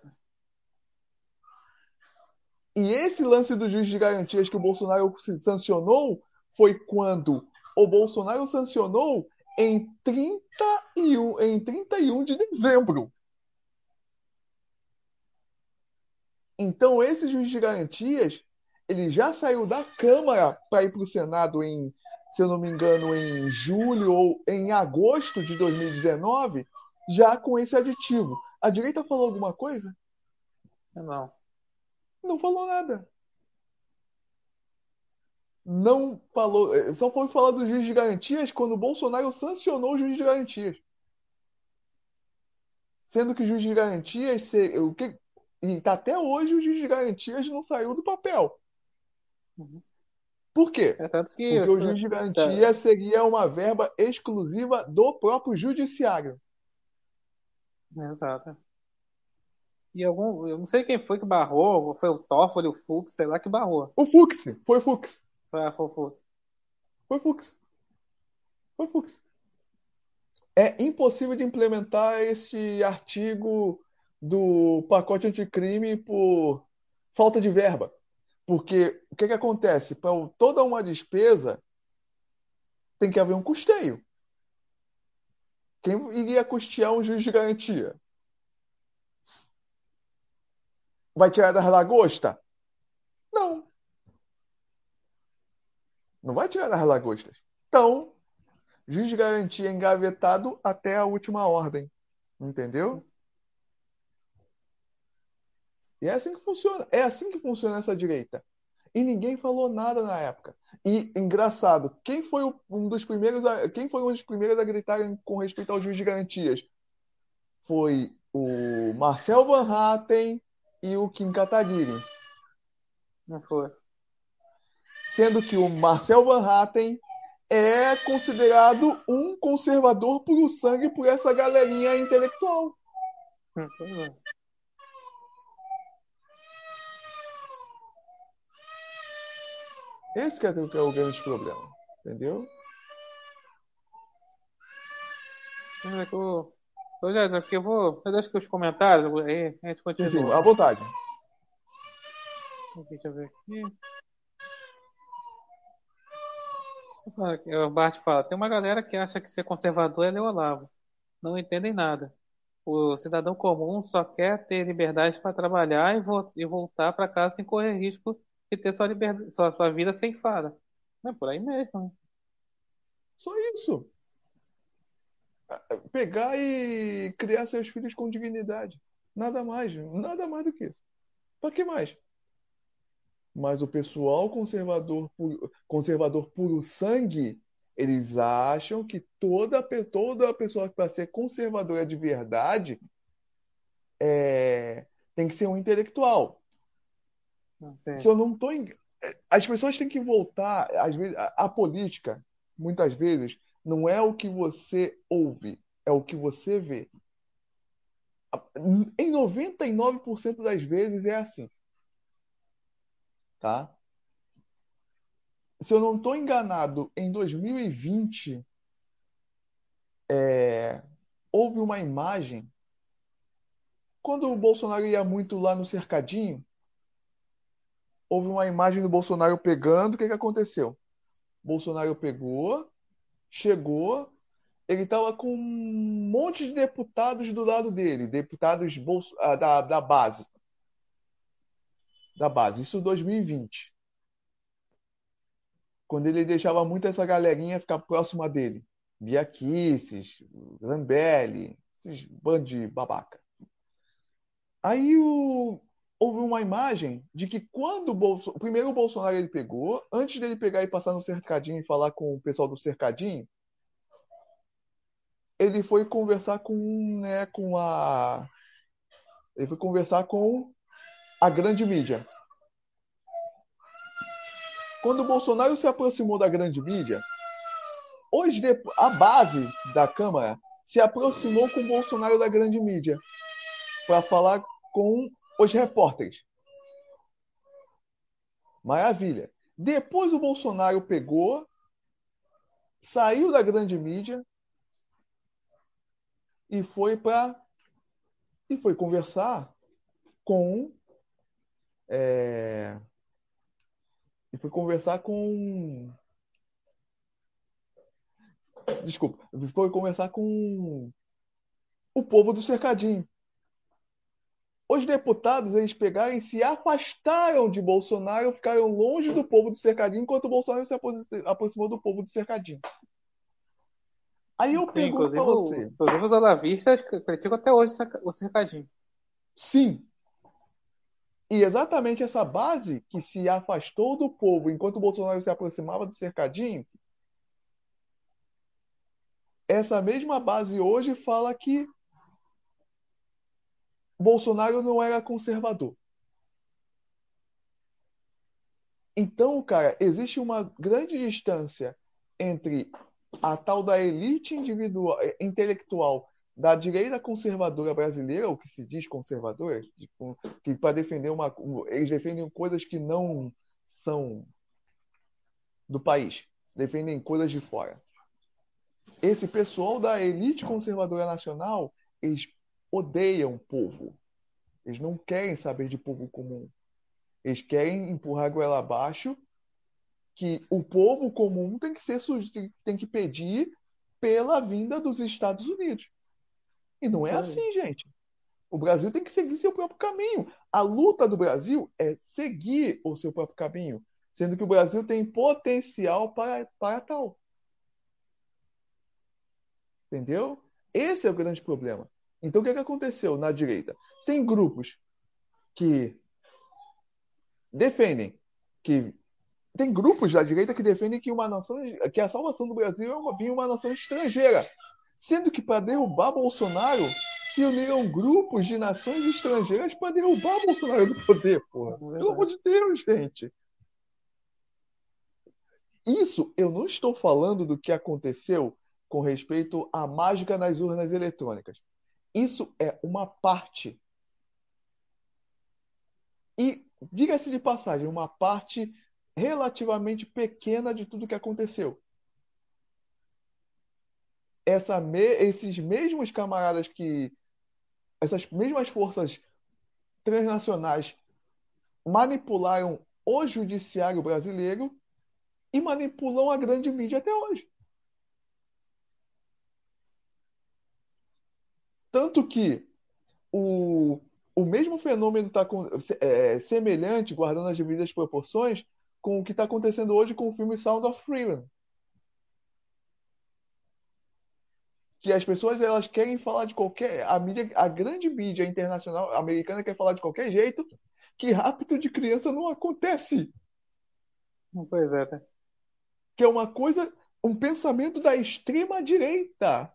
E esse lance do juiz de garantias que o Bolsonaro se sancionou foi quando o Bolsonaro sancionou em trinta e um, em trinta e um de dezembro. Então, esse juiz de garantias, ele já saiu da Câmara para ir para o Senado em, se eu não me engano, em julho ou em agosto de dois mil e dezenove, já com esse aditivo. A direita falou alguma coisa? não. Não falou nada. Não falou. Só foi falar do juiz de garantias quando o Bolsonaro sancionou o juiz de garantias. Sendo que o juiz de garantias. O que, e tá até hoje o juiz de garantias não saiu do papel. Uhum. Por quê? É tanto que Porque o isso, juiz de tá, garantia seria uma verba exclusiva do próprio judiciário. exato. E algum, eu não sei quem foi que barrou, foi o Toffoli, o Fux, sei lá que barrou. O Fux, foi Fux. Foi a Fofo. Foi Fux. Foi Fux. É impossível de implementar esse artigo do pacote anticrime por falta de verba. Porque o que, que acontece? Para toda uma despesa, tem que haver um custeio. Quem iria custear um juiz de garantia? Vai tirar das lagostas? Não, não vai tirar das lagostas. Então, juiz de garantia engavetado até a última ordem. Entendeu? E é assim que funciona. É assim que funciona essa direita. E ninguém falou nada na época. E engraçado, quem foi um dos primeiros a, quem foi um dos primeiros a gritar com respeito ao juiz de garantias? Foi o Marcel Van Hatten, e o Kim Kataguiri. Não foi. Sendo que o Marcel Van Hatten é considerado um conservador puro sangue por essa galerinha intelectual. Hum, pois é. Esse que é, o- que é o grande problema. Entendeu? Vamos ver que eu... Ô, Jéssica, porque eu vou. Eu deixo aqui os comentários, aí a gente Sim, sim, continua. à vontade. Aqui, deixa eu ver aqui. O Bart fala: tem uma galera que acha que ser conservador é ler Olavo. Não entendem nada. O cidadão comum só quer ter liberdade para trabalhar e, vo- e voltar para casa sem correr risco de ter sua, liberdade, sua, sua vida ceifada. É por aí mesmo, né? Só isso. Pegar e criar seus filhos com dignidade. Nada mais, nada mais do que isso. Para que mais? Mas o pessoal conservador, puro- conservador puro sangue, eles acham que toda, pe- toda pessoa que para ser conservadora de verdade é, tem que ser um intelectual. Não sei. Se eu não estou em... As pessoas têm que voltar, às vezes, a, a política, muitas vezes, não é o que você ouve, é o que você vê. Em noventa e nove por cento das vezes é assim, tá? Se eu não estou enganado, em dois mil e vinte, é, houve uma imagem, quando o Bolsonaro ia muito lá no cercadinho, houve uma imagem do Bolsonaro pegando, o que, que aconteceu? Bolsonaro pegou, chegou, ele estava com um monte de deputados do lado dele, deputados bolso, ah, da, da base, da base, isso em dois mil e vinte, quando ele deixava muito essa galerinha ficar próxima dele. Bia Kicis, Zambelli, esses bandos de babaca. Aí o... houve uma imagem de que quando o Bolso... primeiro o Bolsonaro ele pegou, antes dele pegar e passar no cercadinho e falar com o pessoal do cercadinho, ele foi conversar com, né, com a ele foi conversar com a grande mídia. Quando o Bolsonaro se aproximou da grande mídia, hoje a base da Câmara se aproximou com o Bolsonaro da grande mídia para falar com os repórteres. Maravilha. Depois o Bolsonaro pegou, saiu da grande mídia e foi para e foi conversar com é, e foi conversar com desculpa, foi conversar com o povo do cercadinho. Os deputados, eles pegaram e se afastaram de Bolsonaro, ficaram longe do povo do cercadinho, enquanto o Bolsonaro se aproximou do povo do cercadinho. Aí eu Sim, pergunto para inclusive, o- você, inclusive os olavistas criticam até hoje o cercadinho. sim, e exatamente essa base que se afastou do povo enquanto o Bolsonaro se aproximava do cercadinho, essa mesma base hoje fala que Bolsonaro não era conservador. Então, cara, existe uma grande distância entre a tal da elite individual, eh, intelectual da direita conservadora brasileira, o que se diz conservadora, tipo, que para defender uma, eles defendem coisas que não são do país, defendem coisas de fora. Esse pessoal da elite conservadora nacional, eles odeiam o povo. Eles não querem saber de povo comum. Eles querem empurrar a goela abaixo, que o povo comum tem que ser tem que pedir pela vinda dos Estados Unidos. E não é assim, gente. O Brasil tem que seguir seu próprio caminho. A luta do Brasil é seguir o seu próprio caminho, sendo que o Brasil tem potencial para, para tal. Entendeu? Esse é o grande problema. Então, o que, é que aconteceu na direita? Tem grupos que defendem que tem grupos da direita que defendem que uma nação, que a salvação do Brasil é uma, vir uma nação estrangeira, sendo que para derrubar Bolsonaro se uniram grupos de nações estrangeiras para derrubar Bolsonaro do poder, porra. É Pelo amor verdade. de Deus, gente. Isso eu não estou falando do que aconteceu com respeito à mágica nas urnas eletrônicas. Isso é uma parte. E, diga-se de passagem, uma parte relativamente pequena de tudo que aconteceu. Essa me... Esses mesmos camaradas que. Essas mesmas forças transnacionais manipularam o judiciário brasileiro e manipulam a grande mídia até hoje. Tanto que o, o mesmo fenômeno está é, semelhante, guardando as devidas proporções, com o que está acontecendo hoje com o filme Sound of Freedom. Que as pessoas elas querem falar de qualquer. A, mídia, a grande mídia internacional americana quer falar de qualquer jeito, que rapto de criança não acontece. Pois é, tá? Que é uma coisa, um pensamento da extrema direita.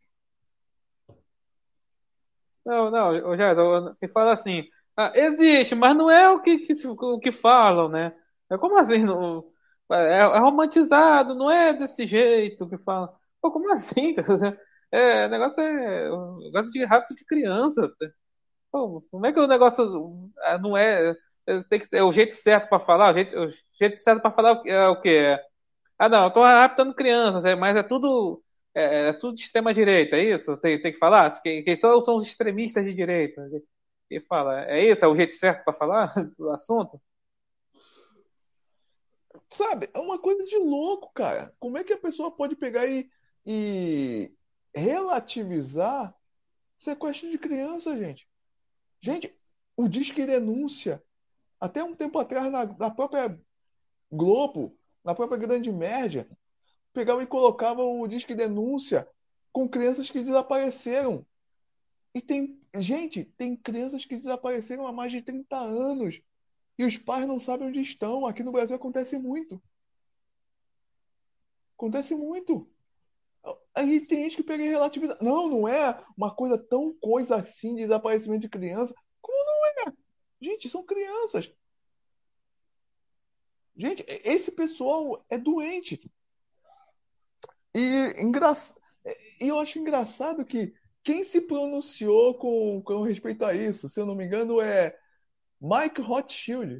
Não, não, ô, Jaz, que fala assim, ah, existe, mas não é o que, que se- o que falam, né? É como assim? Não, é, é romantizado, não é desse jeito que falam. Pô, como assim? Cara? É, negócio é um negócio de rápido de criança. Pô, como é que o negócio ah, não é, é, tem que, é o jeito certo para falar? O jeito, o jeito certo para falar é o quê? Ah, não, eu tô raptando crianças, é, mas é tudo é, é tudo de extrema direita, é isso? Tem, tem que falar? Quem, quem são, são os extremistas de direita? E fala, é isso? É o jeito certo para falar do assunto? Sabe? É uma coisa de louco, cara. Como é que a pessoa pode pegar e, e relativizar sequestro de criança, gente? Gente, o Disque Denúncia, até um tempo atrás, na, na própria Globo, na própria Grande Média, pegavam e colocavam o Disque Denúncia com crianças que desapareceram. E tem, gente, tem crianças que desapareceram há mais de trinta anos e os pais não sabem onde estão. Aqui no Brasil acontece muito. Acontece muito. Aí tem gente que pega e relativiza. Não, não é uma coisa tão coisa assim de desaparecimento de criança. Como não é? Gente, são crianças. Gente, esse pessoal é doente. E, engra... e eu acho engraçado que quem se pronunciou com, com respeito a isso, se eu não me engano, é Mike Rothschild.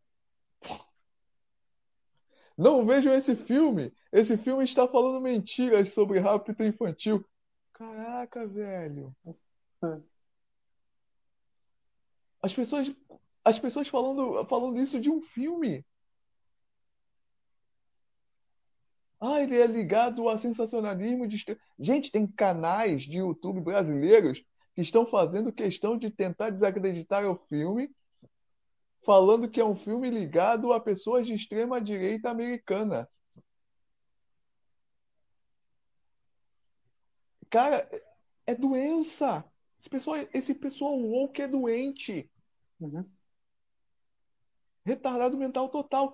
Não vejam esse filme. Esse filme está falando mentiras sobre rapto infantil. Caraca, velho. As pessoas, as pessoas falando, falando isso de um filme. Ah, ele é ligado a sensacionalismo de... estre- Gente, tem canais de YouTube brasileiros que estão fazendo questão de tentar desacreditar o filme, falando que é um filme ligado a pessoas de extrema direita americana. Cara, é doença. Esse pessoal, esse pessoal woke é doente. Uhum. Retardado mental total.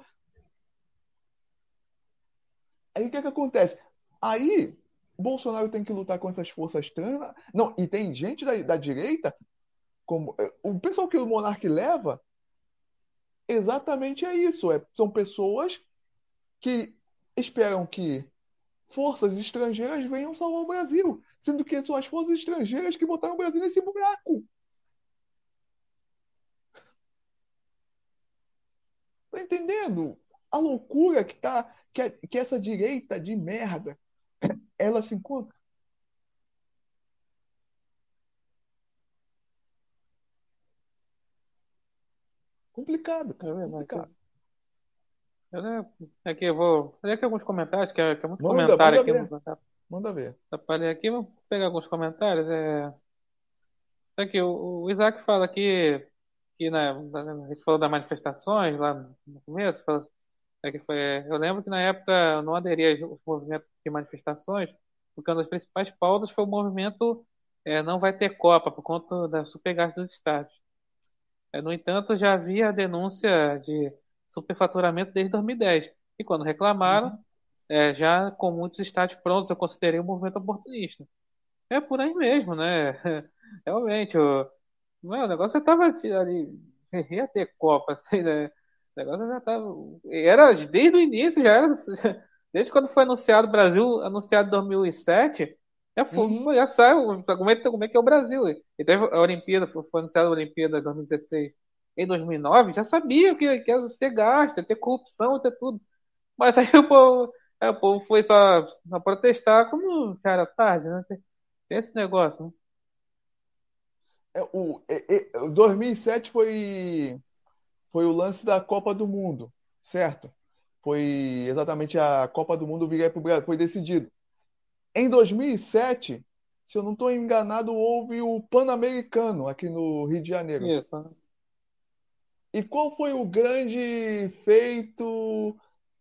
Aí o que é que acontece? Aí Bolsonaro tem que lutar com essas forças trans. Não, e tem gente da, da direita, como eh, o pessoal que o Monark leva, exatamente é isso. É, são pessoas que esperam que forças estrangeiras venham salvar o Brasil, sendo que são as forças estrangeiras que botaram o Brasil nesse buraco. Tá entendendo? A loucura que tá, que, a- que essa direita de merda, ela se encontra. Complicado, É cara, verdade. complicado. Eu, né, aqui eu vou fazer aqui alguns comentários, que é, que é muito Manda, comentário manda aqui no ver, manda ver. Atrapalhei aqui, vou pegar alguns comentários. É, aqui, o, o Isaac fala aqui que na, na- a gente falou das manifestações lá no começo. Fala, é que foi, eu lembro que na época eu não aderi aos movimentos de manifestações, porque uma das principais pautas foi o movimento é, não vai ter Copa por conta da supergasto dos estádios. É, no entanto, já havia a denúncia de superfaturamento desde dois mil e dez. E dez. E quando reclamaram, Uhum. é, já com muitos estádios prontos, eu considerei um movimento oportunista. É por aí mesmo, né? Realmente, o, não, o negócio já tava ti- ali, ia ter Copa, assim, né? O negócio já tava. Era desde o início, já era. Desde quando foi anunciado o Brasil, anunciado em dois mil e sete, já foi, pô, Uhum, já saiu. Como é, que- como é que é o Brasil? E teve a Olimpíada, foi, foi anunciada a Olimpíada de dois mil e dezesseis. Em dois mil e nove, já sabia que, que ia ser gasto, ia ter corrupção, ia ter tudo. Mas aí o povo, aí o povo foi só, só protestar, como, cara, tarde, né? Tem, tem esse negócio, né? é, o, é, é, dois mil e sete foi, foi o lance da Copa do Mundo, certo? Foi exatamente a Copa do Mundo vir para o Brasil, foi decidido. Em dois mil e sete, se eu não estou enganado, houve o Pan-Americano aqui no Rio de Janeiro. Isso, né? E qual foi o grande feito?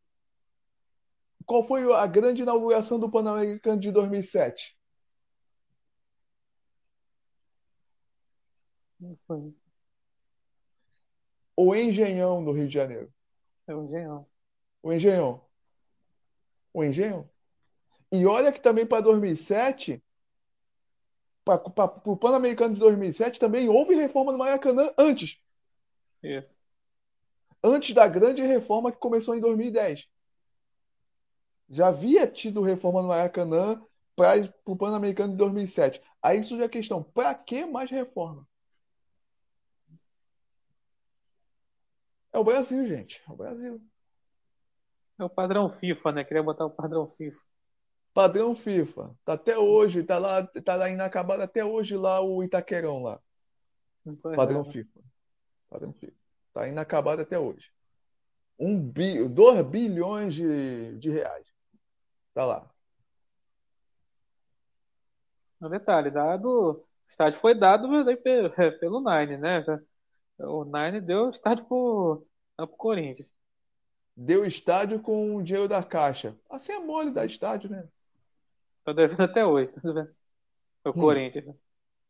Qual foi a grande inauguração do Pan-Americano de dois mil e sete? Não foi. O Engenhão, no Rio de Janeiro. É o Engenhão. O Engenhão. O Engenhão. E olha que também para dois mil e sete, para o Pan-Americano de dois mil e sete, também houve reforma no Maracanã antes. Isso. Antes da grande reforma que começou em dois mil e dez. Já havia tido reforma no Maracanã para o Pan-Americano de dois mil e sete. Aí surge a questão: para que mais reforma? É o Brasil, gente. É o Brasil. É o padrão FIFA, né? Queria botar o padrão FIFA. Padrão FIFA. Tá até hoje, tá lá, tá lá inacabado até hoje lá o Itaquerão lá. Pois é, Padrão né? FIFA. Padrão FIFA. Tá inacabado até hoje. Um bi, dois bilhões de, de reais. Tá lá. Um detalhe, dado, o estádio foi dado daí pe- pelo Nine, né? O Nine deu o estádio pro, pro Corinthians. Deu estádio com o dinheiro da Caixa. Assim é mole dar estádio, né? Tá devendo até hoje, tá vendo? O Hum. Corinthians, né?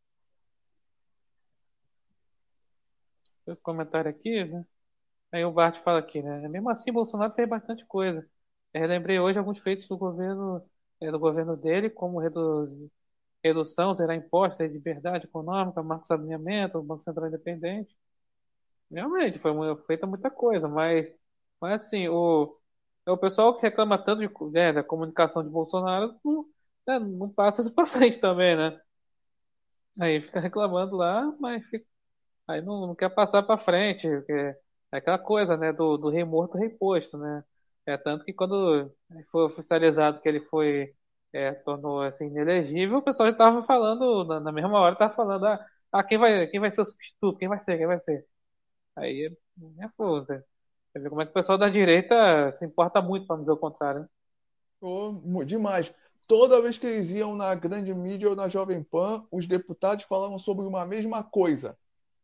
Tem um comentário aqui, né? Aí o Bart fala aqui, né? Mesmo assim, Bolsonaro fez bastante coisa. Eu relembrei hoje alguns feitos do governo, eh, do governo dele, como redu- redução, zerar impostos, liberdade econômica, marco de saneamento, Banco Central Independente. Realmente, foi mu- feita muita coisa, mas, mas assim, o, é o pessoal que reclama tanto de, né, da comunicação de Bolsonaro não, né, não passa isso pra frente também, né? Aí fica reclamando lá, mas fica- aí não, não quer passar pra frente, porque é aquela coisa, né, do, do rei morto, rei posto, né? É tanto que quando foi oficializado que ele foi, é, tornou assim inelegível, o pessoal já estava falando, na, na mesma hora, estava falando, ah, ah, quem vai, quem vai ser o substituto, quem vai ser, quem vai ser? Aí é foda. Você vê como é que o pessoal da direita se importa muito, para não dizer o contrário, né? Oh, mu- demais. Toda vez que eles iam na grande mídia ou na Jovem Pan, os deputados falavam sobre uma mesma coisa.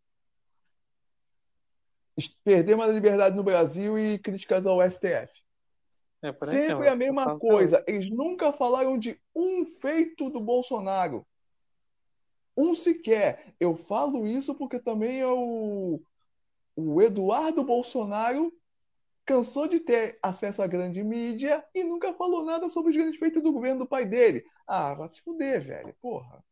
Es- Perdemos a liberdade no Brasil e críticas ao S T F. É por aí Sempre mesmo, a eu mesma falo até hoje. coisa. Eles nunca falaram de um feito do Bolsonaro. Um sequer. Eu falo isso porque também é o, o Eduardo Bolsonaro cansou de ter acesso à grande mídia e nunca falou nada sobre os grandes feitos do governo do pai dele. Ah, vai se fuder, velho. Porra.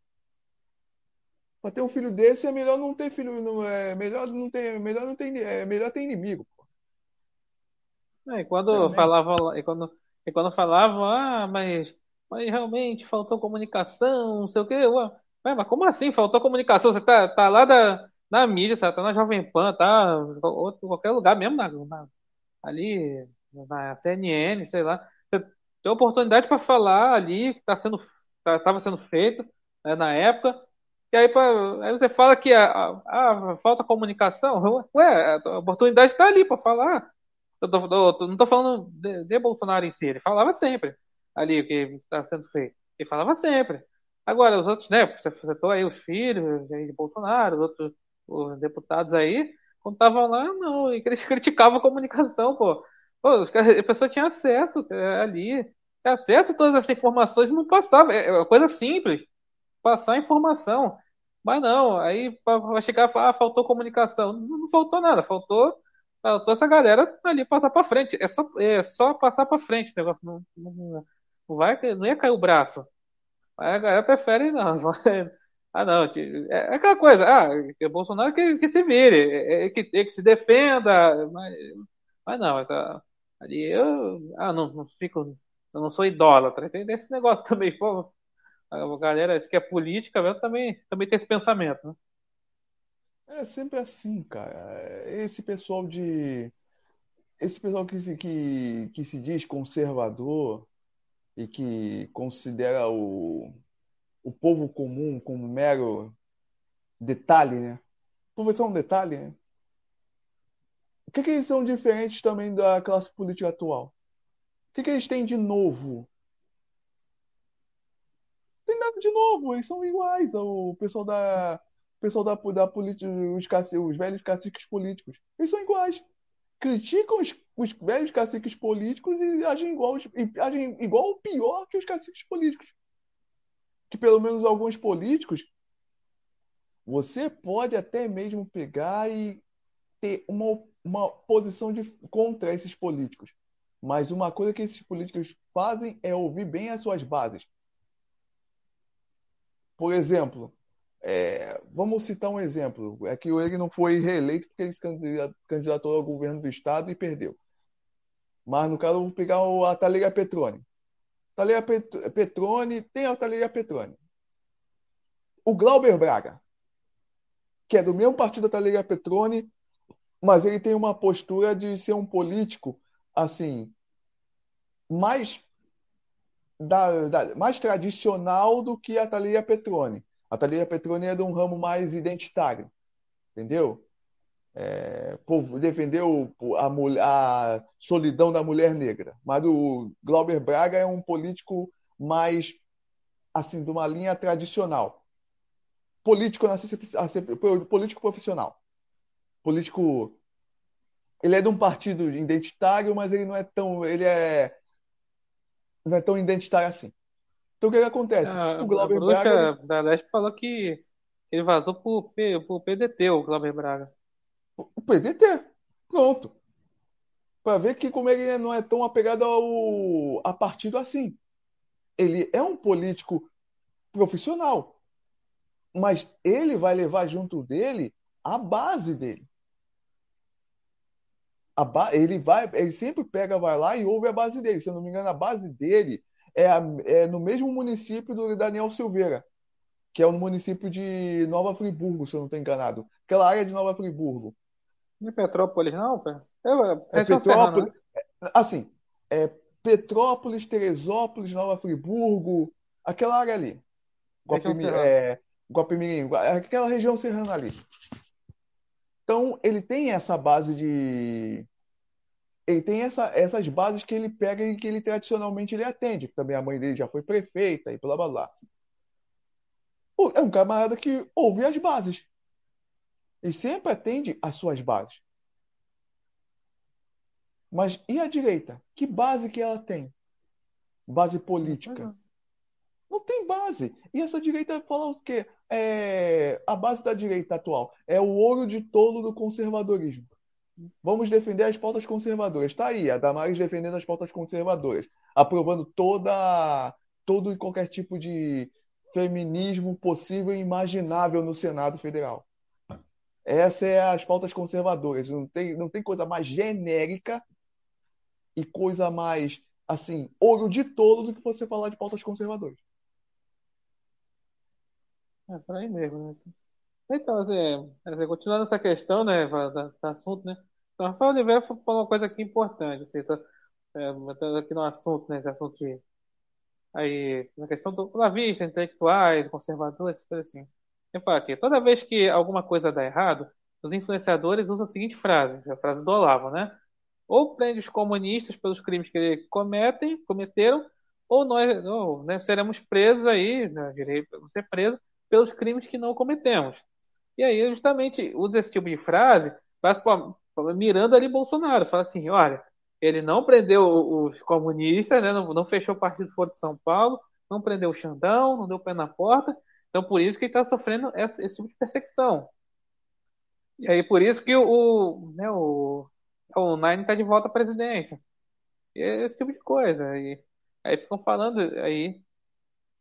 Pra ter um filho desse é melhor não ter filho, não é melhor não ter, melhor não ter, é melhor ter inimigo, pô. É, e quando Sinceramente. falava, e quando, e quando falavam, ah, mas, mas realmente faltou comunicação, não sei o quê. Ué, ué, mas como assim faltou comunicação? Você tá, tá lá da, na mídia, você tá na Jovem Pan, tá em outro, qualquer lugar mesmo, na, na- ali na C N N, sei lá. Você tem oportunidade para falar ali que tá sendo, tá, tava sendo feito, né, na época. E aí, pra, aí você fala que a, a- a falta comunicação. Ué, a oportunidade está ali para falar. Eu tô- tô- tô- não estou falando de, de Bolsonaro em si, ele falava sempre ali o que está sendo feito. Ele falava sempre. Agora, os outros, né? Você citou aí os filhos aí de Bolsonaro, os outros os deputados aí, quando estavam lá, não, e eles criticavam a comunicação, pô. Pô, os caras- a pessoa tinha acesso, é, ali, tinha acesso a todas essas informações e não passava. É, é uma coisa simples, passar informação. Mas não, aí pa- vai chegar e falar, ah, faltou comunicação. Não, não faltou nada, faltou, faltou essa galera ali passar para frente. É só, é só passar para frente o negócio. Não, não, não vai, não ia cair o braço. Aí a galera prefere não. Ah, não. que- É é aquela coisa. Ah, que o Bolsonaro que, que se vire, é, é que, é que se defenda. Mas, mas não, tá, ali eu. Ah, não, não fico. Eu não sou idólatra. Tem esse negócio também. Pô, a galera que é política mesmo também, também tem esse pensamento, né? É sempre assim, cara. Esse pessoal de. Esse pessoal que se, que, que se diz conservador e que considera o, o povo comum como mero detalhe, né? O povo é só um detalhe, né? O que que eles são diferentes também da classe política atual? O que que eles têm de novo? Não tem nada de novo, eles são iguais ao pessoal da. O pessoal da, da política, os, caci, os velhos caciques políticos. Eles são iguais. Criticam os, os velhos caciques políticos e agem igual, os- e agem igual ou pior que os caciques políticos. Que pelo menos alguns políticos, você pode até mesmo pegar e ter uma, uma posição de, contra esses políticos. Mas uma coisa que esses políticos fazem é ouvir bem as suas bases. Por exemplo, é, vamos citar um exemplo. É que ele não foi reeleito porque ele se candida- candidatou ao governo do estado e perdeu. Mas no caso, vou pegar o Atalia Petroni. Atalia Pet- Petroni tem a Atalia Petroni. O Glauber Braga, que é do mesmo partido da Atalia Petroni, mas ele tem uma postura de ser um político assim mais da, da- mais tradicional do que a Thalia Petroni. A Thalia Petroni é de um ramo mais identitário, entendeu? É, por defender o- a, mul- a solidão da mulher negra. Mas o Glauber Braga é um político mais assim de uma linha tradicional. Político, eu não sei se- a ser- político profissional. Político, ele é de um partido identitário, mas ele não é tão, ele é, não é tão identitário assim. Então o que que acontece? A, O a Glauber Braga, ele bruxa da Leste falou que ele vazou pro, P, pro P D T, o Glauber Braga. o P D T. Pronto. Para ver que como ele não é tão apegado ao a partido assim. Ele é um político profissional, mas ele vai levar junto dele a base dele. A ba... ele vai, ele sempre pega, vai lá e ouve a base dele. Se eu não me engano, a base dele é, a- é no mesmo município do Daniel Silveira, que é o município de Nova Friburgo, se eu não estou enganado. Aquela área de Nova Friburgo. Não é Petrópolis, não, pô? É, é É região serrana, Petrópolis, né? assim, é Petrópolis, Teresópolis, Nova Friburgo, aquela área ali. Região Guapimi, serrana. é, Guapimirim, Gua- aquela região serrana ali. Então, ele tem essa base de. Ele tem essa, essas bases que ele pega e que ele tradicionalmente ele atende. Também a mãe dele já foi prefeita e blá blá blá. Pô, é um camarada que ouve as bases. E sempre atende às suas bases. Mas e a direita? Que base que ela tem? Base Pois política. é. Não tem base. E essa direita fala o quê? É, a base da direita atual é o ouro de tolo do conservadorismo. Vamos defender as pautas conservadoras. Está aí, a Damares defendendo as pautas conservadoras, aprovando toda, todo e qualquer tipo de feminismo possível e imaginável no Senado Federal. Essas é as pautas conservadoras. Não tem, não tem coisa mais genérica e coisa mais, assim, ouro de tolo do que você falar de pautas conservadoras. É por aí mesmo, né? Então, assim, assim, continuando essa questão, né, va- da, do assunto, né? Então, Rafael Oliveira falou uma coisa aqui importante, assim, só, é, matando aqui no assunto, né, esse assunto de, aí, na questão do da vista, intelectuais, conservadores, coisa assim. Ele fala aqui, toda vez que alguma coisa dá errado, os influenciadores usam a seguinte frase, a frase do Olavo, né? Ou prende os comunistas pelos crimes que eles cometem, cometeram, ou nós, ou, né, seremos presos aí, né, direi, ser preso pelos crimes que não cometemos. E aí, justamente, usa esse tipo de frase, mas, pô, mirando ali Bolsonaro. Fala assim: olha, ele não prendeu os comunistas, né, não, não fechou o Partido Foro de São Paulo, não prendeu o Xandão, não deu pé na porta. Então, por isso que ele está sofrendo essa- esse tipo de perseguição. E aí, por isso que o, o, né, o, o Nine está de volta à presidência. E é esse tipo de coisa. E aí ficam falando aí.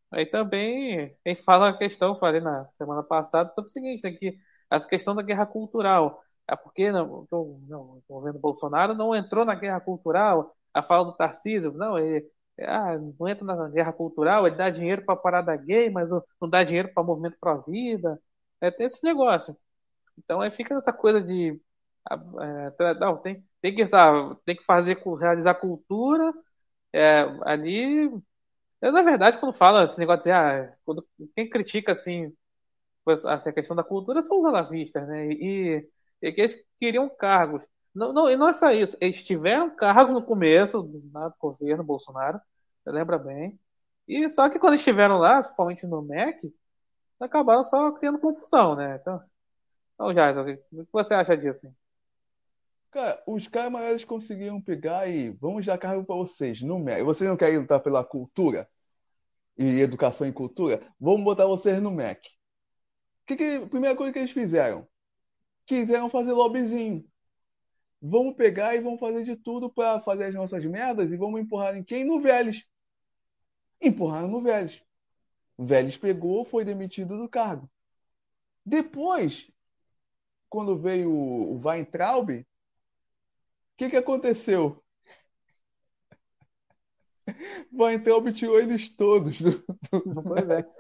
Aí também, quem fala a questão, eu falei na semana passada, sobre o seguinte, né, que essa questão da guerra cultural. É porque não, o não, o governo Bolsonaro não entrou na guerra cultural. A fala do Tarcísio, não, ele ah, não entra na guerra cultural, ele dá dinheiro para a parada gay, mas não, não dá dinheiro para o movimento pró-vida. É, tem esse negócio. Então aí fica essa coisa de ah, é, tra- não, tem, tem que, sabe, tem que fazer, cu- realizar cultura é, ali. Eu, na verdade, quando fala esse negócio de dizer, ah, quando, quem critica assim, pois, assim, a questão da cultura são os alavistas, né? E, e que eles queriam cargos. Não, não, e não é só isso. Eles tiveram cargos no começo do, do governo Bolsonaro, você lembra bem. E só que quando estiveram lá, principalmente no MEC, acabaram só criando confusão, né? Então, então já, o que você acha disso? Hein? Cara, os camaradas conseguiram pegar e vamos dar cargo para vocês no MEC. Vocês não querem lutar pela cultura e educação e cultura? Vamos botar vocês no MEC. Que que, a primeira coisa que eles fizeram? Quiseram fazer lobbyzinho. Vamos pegar e vamos fazer de tudo para fazer as nossas merdas e vamos empurrar em quem? No Vélez. Empurraram no Vélez. O Vélez pegou, foi demitido do cargo. Depois, quando veio o Weintraub, o que, que aconteceu? O Weintraub tirou eles todos. Do... Pois é.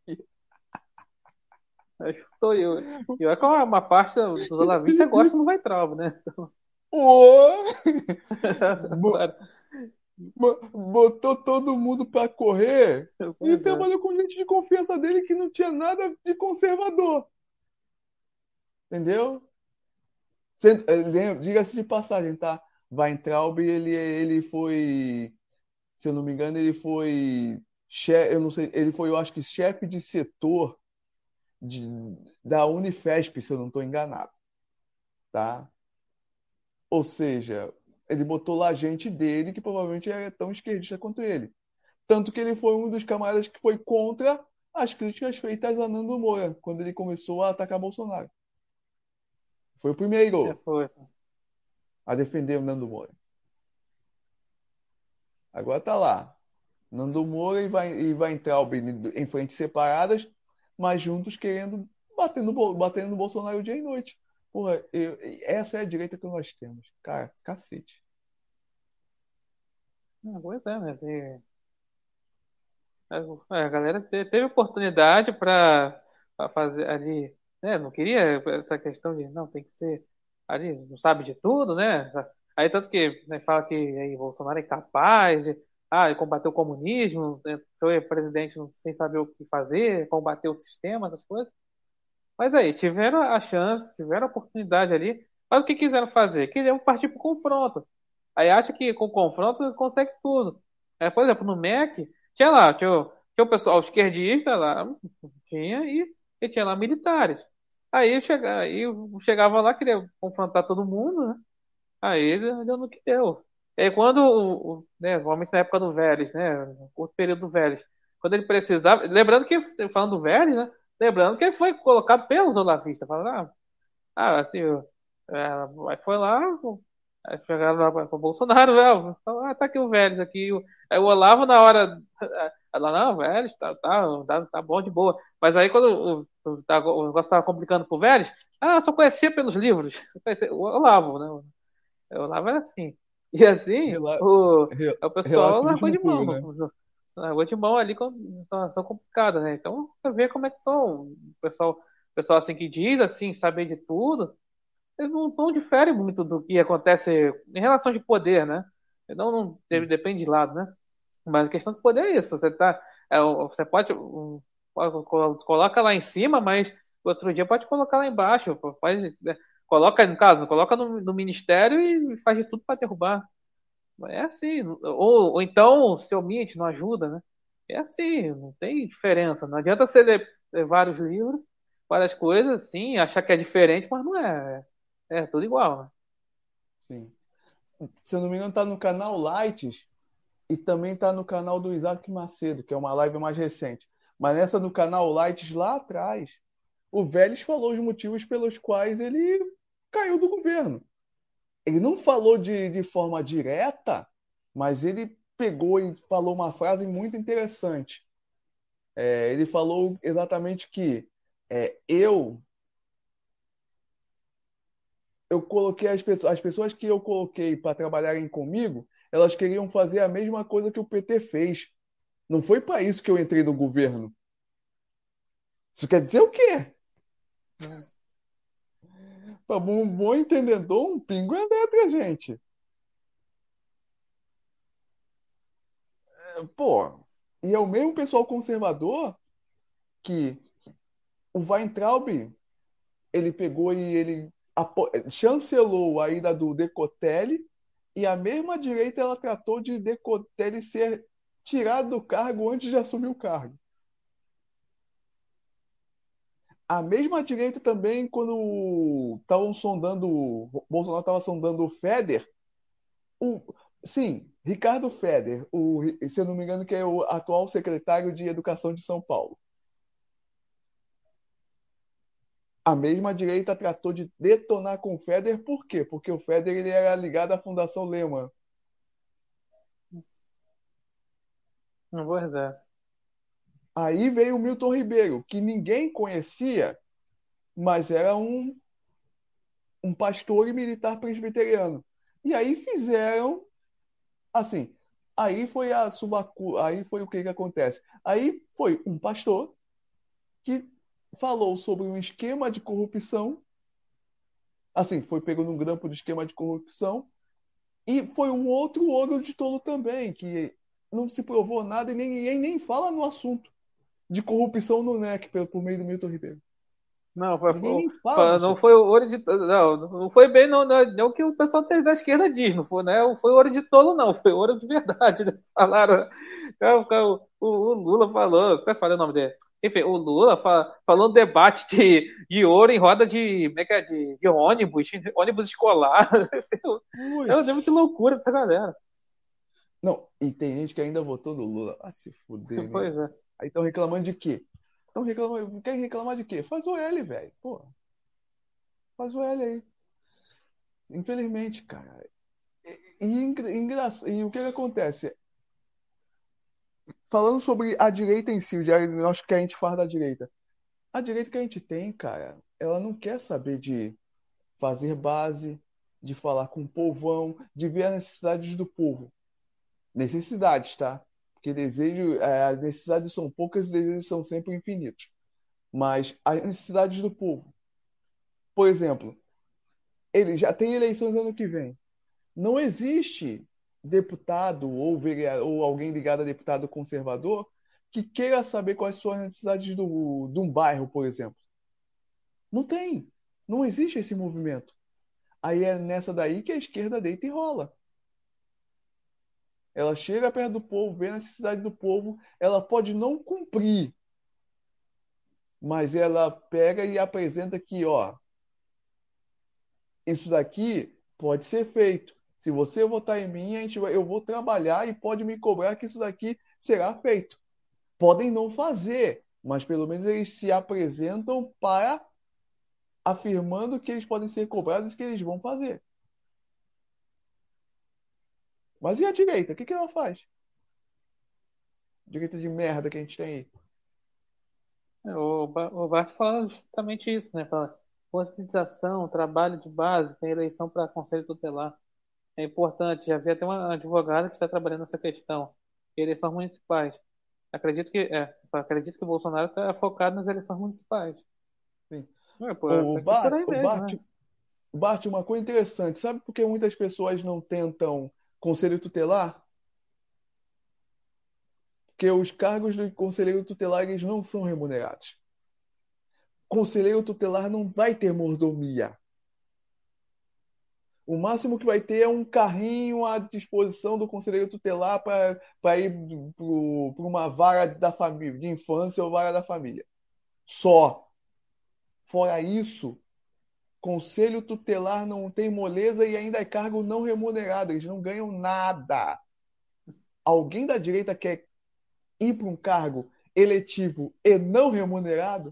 Acho que tô eu. E olha que uma parte dos alavistas gosta do Weintraub, né? Ô! Claro. Botou todo mundo para correr e Pois é. trabalhou com gente de confiança dele que não tinha nada de conservador. Entendeu? Sendo- eh, lem- Diga-se de passagem, tá? Weintraub, ele, ele foi, se eu não me engano, ele foi chefe, eu não sei, ele foi, eu acho que chefe de setor de, da Unifesp, se eu não estou enganado, tá? Ou seja, ele botou lá gente dele que provavelmente era tão esquerdista quanto ele. Tanto que ele foi um dos camaradas que foi contra as críticas feitas a Nando Moura, quando ele começou a atacar Bolsonaro. Foi o É, primeiro foi. a defender o Nando Moura. Agora tá lá. Nando Moura e vai, e vai entrar em frentes separadas, mas juntos querendo bater no, bater no Bolsonaro dia e noite. Porra, eu, essa é a direita que nós temos. Cara, cacete. Ah, pois é, mas e, a, a galera te- teve oportunidade para fazer ali, né? Não queria essa questão de, não, tem que ser ali, não sabe de tudo, né? Aí tanto que né, fala que aí, Bolsonaro é incapaz de, ah, ele combateu o comunismo, né, foi presidente sem saber o que fazer, combateu o sistema, essas coisas. Mas aí, tiveram a chance, tiveram a oportunidade ali, mas o que quiseram fazer? Queriam partir para o confronto. Aí acha que com confronto você consegue tudo. É, por exemplo, no MEC, tinha lá, tinha o, tinha o pessoal esquerdista lá, tinha, e, e tinha lá militares. Aí, chega, aí chegava lá, queria confrontar todo mundo, né? Aí deu no que deu. E aí quando, o, o- né, normalmente na época do Vélez, né, no curto período do Vélez, quando ele precisava, lembrando que, falando do Vélez, né, lembrando que ele foi colocado pelos olavistas, falando, ah, ah, assim, é, aí foi lá, aí chegaram lá para o Bolsonaro, velho, ah, tá aqui o Vélez aqui, o- aí o Olavo na hora, ela, não, Vélez, tá, tá, tá, tá bom, de boa, mas aí quando o, o, tá- o negócio estava complicando pro Vélez, ah, eu só conhecia pelos livros, só conhecia, o Olavo, né, eu olhava era assim. E assim, Rela- o, re- o pessoal largou Relativismo de mão. puro, no- né? no- Largou de mão ali com situação complicada, né? Então, pra ver como é que são. O pessoal, o pessoal assim que diz, assim, saber de tudo, eles não, não diferem muito do que acontece em relação de poder, né? Não, não deve- depende de lado, né? Mas a questão de poder é isso. Você tá, é, o- você pode, o- pode- colo- coloca lá em cima, mas outro dia pode colocar lá embaixo. Pode, né? Coloca, no caso, coloca no, no ministério e faz de tudo para derrubar. É assim. Ou, ou então se omite, não ajuda, né? É assim, não tem diferença. Não adianta você ler, ler vários livros, várias coisas, sim, achar que é diferente, mas não é. É, é tudo igual, né? Sim. Se eu não me engano, tá no canal Lights e também tá no canal do Isaac Macedo, que é uma live mais recente. Mas nessa do canal Lights lá atrás, o Vélez falou os motivos pelos quais ele caiu do governo. Ele não falou de, de forma direta, mas ele pegou e falou uma frase muito interessante. É, ele falou exatamente que é, eu eu coloquei as pessoas, as pessoas que eu coloquei para trabalharem comigo, elas queriam fazer a mesma coisa que o P T fez. Não foi para isso que eu entrei no governo. Isso quer dizer o quê? Hum. Para um bom entendedor, um pingo é letra, gente. Pô, e é o mesmo pessoal conservador que o Weintraub, ele pegou e ele apo- chancelou a ida do Decotelli, e a mesma direita ela tratou de Decotelli ser tirado do cargo antes de assumir o cargo. A mesma direita também, quando estavam sondando, o Bolsonaro estava sondando o Feder, o, sim, Ricardo Feder, o, se eu não me engano, que é o atual secretário de Educação de São Paulo. A mesma direita tratou de detonar com o Feder, por quê? Porque o Feder ele era ligado à Fundação Lehman. Não vou rezar. Aí veio o Milton Ribeiro, que ninguém conhecia, mas era um, um pastor e militar presbiteriano. E aí fizeram assim. Aí foi a subacu, aí foi o que que acontece. Aí foi um pastor que falou sobre um esquema de corrupção, assim, foi pego num grampo de esquema de corrupção. E foi um outro ouro de tolo também, que não se provou nada e nem, ninguém nem fala no assunto de corrupção no N E C por, por meio do Milton Ribeiro. Não, foi, Ninguém foi- nem fala do foi- não assunto. foi o ouro de tolo, não, não foi bem não, não, não o que o pessoal da esquerda diz, não foi, né? Foi ouro de tolo, não, foi ouro de verdade, né? Falaram, o, o, o Lula falou, como é que fala o nome dele? Enfim, o Lula fa, falou um debate de, de ouro em roda de, como é que é, de, de ônibus, ônibus escolar. Eu Putz. lembro que loucura dessa galera. Não, e tem gente que ainda votou no Lula. Ah, se fuder, né? Pois é. Aí estão reclamando de quê? Estão reclamando. Querem reclamar de quê? Faz o L, velho. Pô, faz o L aí. Infelizmente, cara. E, e, engra- engra- e o que que acontece? Falando sobre a direita em si, já acho que a gente fala da direita. A direita que a gente tem, cara, ela não quer saber de fazer base, de falar com o povão, de ver as necessidades do povo. Necessidades, tá? Porque desejo, é, as necessidades são poucas e os desejos são sempre infinitos. Mas as necessidades do povo. Por exemplo, ele já tem eleições ano que vem. Não existe deputado ou, vereador, ou alguém ligado a deputado conservador que queira saber quais são as necessidades do, de um bairro, por exemplo. Não tem. Não existe esse movimento. Aí é nessa daí que a esquerda deita e rola. Ela chega perto do povo, vê a necessidade do povo, ela pode não cumprir, mas ela pega e apresenta que, ó, isso daqui pode ser feito. Se você votar em mim, a gente vai, eu vou trabalhar e pode me cobrar que isso daqui será feito. Podem não fazer, mas pelo menos eles se apresentam para afirmando que eles podem ser cobrados e que eles vão fazer. Mas e a direita? O que que ela faz? Direita de merda que a gente tem aí. É, O, Ba- o Bart fala justamente isso, né? Fala conscientização, trabalho de base, tem eleição para conselho tutelar. É importante. Já havia até uma advogada que está trabalhando nessa questão. Eleições municipais. Acredito que é, acredito que o Bolsonaro está focado nas eleições municipais. Sim. É, pô, O tem que ser por Bart, aí o mesmo, Bart, né? Bart, uma coisa interessante. Sabe por que muitas pessoas não tentam conselho tutelar? Porque os cargos do conselheiro tutelar eles não são remunerados. Conselheiro tutelar não vai ter mordomia. O máximo que vai ter é um carrinho à disposição do conselheiro tutelar para ir para uma vara da família, de infância ou vara da família. Só. Fora isso, conselho tutelar não tem moleza e ainda é cargo não remunerado. Eles não ganham nada. Alguém da direita quer ir para um cargo eletivo e não remunerado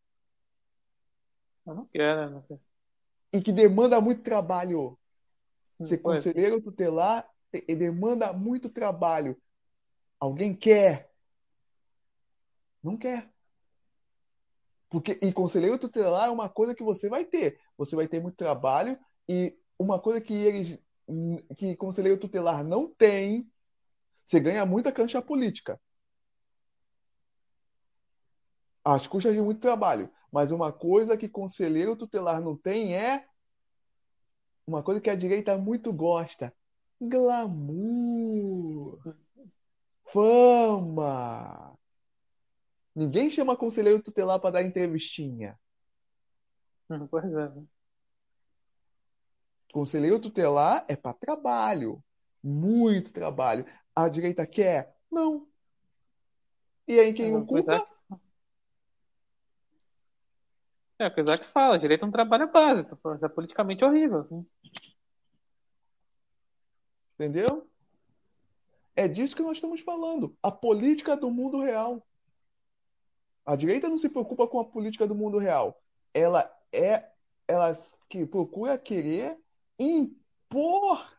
Eu não quero, né? Não quero. e que demanda muito trabalho. Ser Pois é. conselheiro tutelar demanda muito trabalho. Alguém quer? Não quer. Porque, e conselheiro tutelar é uma coisa que você vai ter. Você vai ter muito trabalho e uma coisa que eles que conselheiro tutelar não tem, você ganha muita cancha política, às custas de muito trabalho. Mas uma coisa que conselheiro tutelar não tem é uma coisa que a direita muito gosta: glamour, fama. Ninguém chama conselheiro tutelar para dar entrevistinha. Hum, Pois é. Conselheiro tutelar é para trabalho, muito trabalho. A direita quer? Não. E aí quem É, o ocupa? Isaac, é, o que o Isaac fala, direito é um trabalho base, isso isso é politicamente horrível, assim. Entendeu? É disso que nós estamos falando. A política do mundo real. A direita não se preocupa com a política do mundo real. Ela é, ela que procura querer impor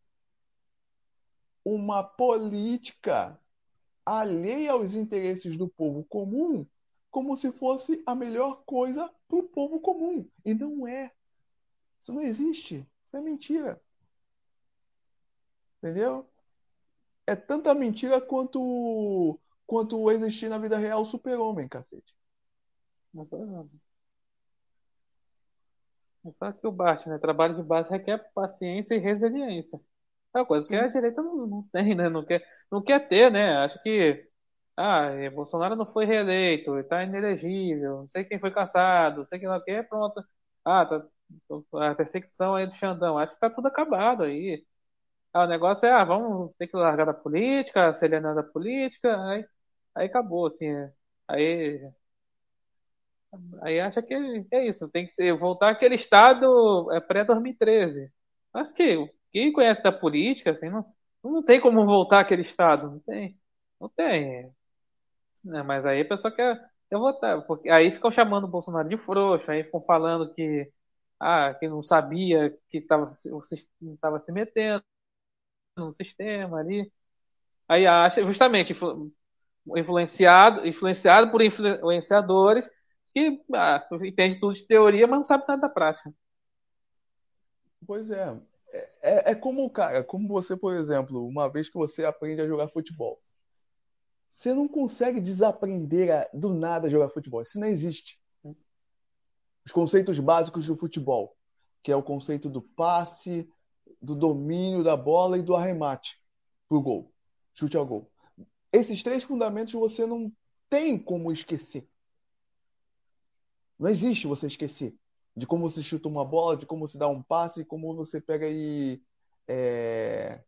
uma política alheia aos interesses do povo comum, como se fosse a melhor coisa para o povo comum. E não é. Isso não existe. Isso é mentira. Entendeu? É tanta mentira quanto quanto existir na vida real o super-homem, cacete. Não, pois é. É claro que o Bart, né? Trabalho de base requer paciência e resiliência. É uma coisa que a Sim. direita não, não tem, né? Não quer, não quer ter, né? Acho que ah, eh, Bolsonaro não foi reeleito, está inelegível, não sei quem foi caçado, não sei quem lá o quê, pronto. Ah, tá, a perseguição aí do Xandão, acho que tá tudo acabado aí. Ah, o negócio é, ah, vamos ter que largar da política, se alienar da política, aí, aí acabou, assim. é. Aí, aí acha que é isso, tem que ser, voltar àquele estado é, pré-dois mil e treze. Acho que quem conhece da política, assim, não, não tem como voltar àquele estado, não tem, não tem. Né, mas aí a pessoa quer, quer votar, porque aí ficam chamando o Bolsonaro de frouxo, aí ficam falando que, ah, que não sabia que estava estava se metendo no sistema ali. Aí acha, justamente, influ- influenciado, influenciado por influenciadores que ah, entende tudo de teoria, mas não sabe nada da prática. Pois é. É, é como, cara, é como você, por exemplo, uma vez que você aprende a jogar futebol, você não consegue desaprender a- do nada a jogar futebol. Isso não existe. Os conceitos básicos do futebol, que é o conceito do passe, do domínio da bola e do arremate pro gol, chute ao gol. Esses três fundamentos você não tem como esquecer. Não existe você esquecer de como você chuta uma bola, de como você dá um passe, de como você pega e é,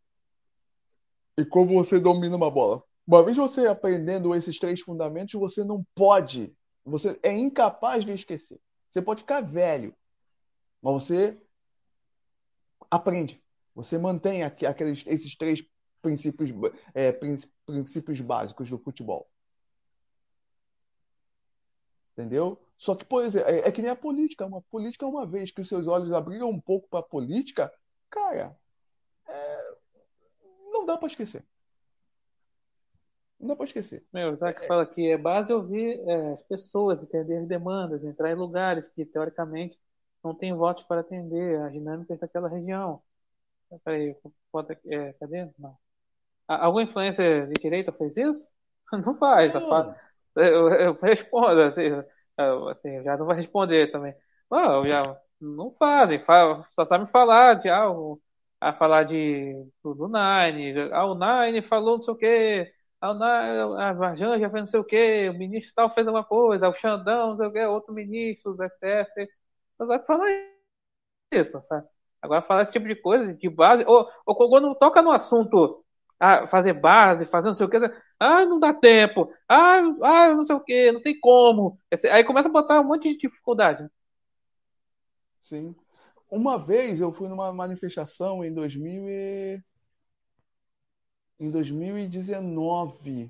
e como você domina uma bola. Uma vez você aprendendo esses três fundamentos, você não pode, você é incapaz de esquecer. Você pode ficar velho, mas você aprende. Você mantém aqu- aqueles, esses três princípios, é, prin- princípios básicos do futebol. Entendeu? Só que, por exemplo, é, é que nem a política. Uma política, uma vez que os seus olhos abriram um pouco para a política, cara, não dá para esquecer. Não dá para esquecer. Meu, já que fala que é base ouvir é, as pessoas, entender as demandas, entrar em lugares que, teoricamente, não tem votos para atender as dinâmicas daquela região. Peraí, bota aqui, é, cadê? Não. A- Alguma influência de direita fez isso? Não faz, tá? fa- Não, Eu, eu respondo, assim, eu, assim, eu já não vou responder também. Não, já não fazem, fa- só sabem falar de algo, a falar de do, do Nine, ah, o Nine falou não sei o quê, ah, o Nine, a Varjanja fez não sei o quê, o ministro tal fez uma coisa, o Xandão, não sei o quê, outro ministro do S T F, só sabe falar isso, sabe? Agora falar esse tipo de coisa, de base, ou, ou quando toca no assunto, ah, fazer base, fazer não sei o que, ah, não dá tempo, ah, ah, não sei o que, não tem como. Esse- Aí começa a botar um monte de dificuldade. sim. Uma vez eu fui numa manifestação em dois mil e... em dois mil e dezenove.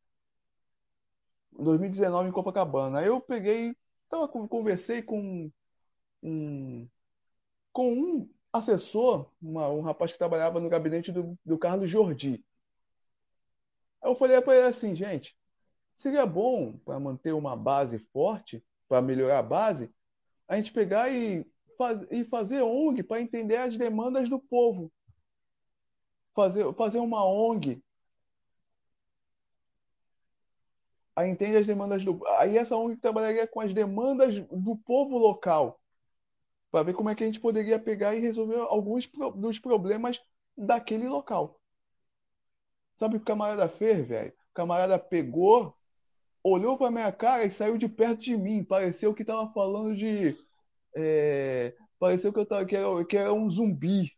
Em dois mil e dezenove em Copacabana. Aí eu peguei, tava, conversei com um, com um assessor, uma- um rapaz que trabalhava no gabinete do, do Carlos Jordi. Aí eu falei para ele assim, gente. seria bom para manter uma base forte, para melhorar a base, a gente pegar e, faz, e fazer O N G para entender as demandas do povo. Fazer, fazer uma O N G. Aí entende as demandas do. Aí essa O N G trabalharia com as demandas do povo local. Para ver como é que a gente poderia pegar e resolver alguns pro- dos problemas daquele local. Sabe o que o camarada fez, velho? O camarada pegou, olhou pra minha cara e saiu de perto de mim. Pareceu que tava falando de. é, Pareceu que eu tava, que era, que era um zumbi.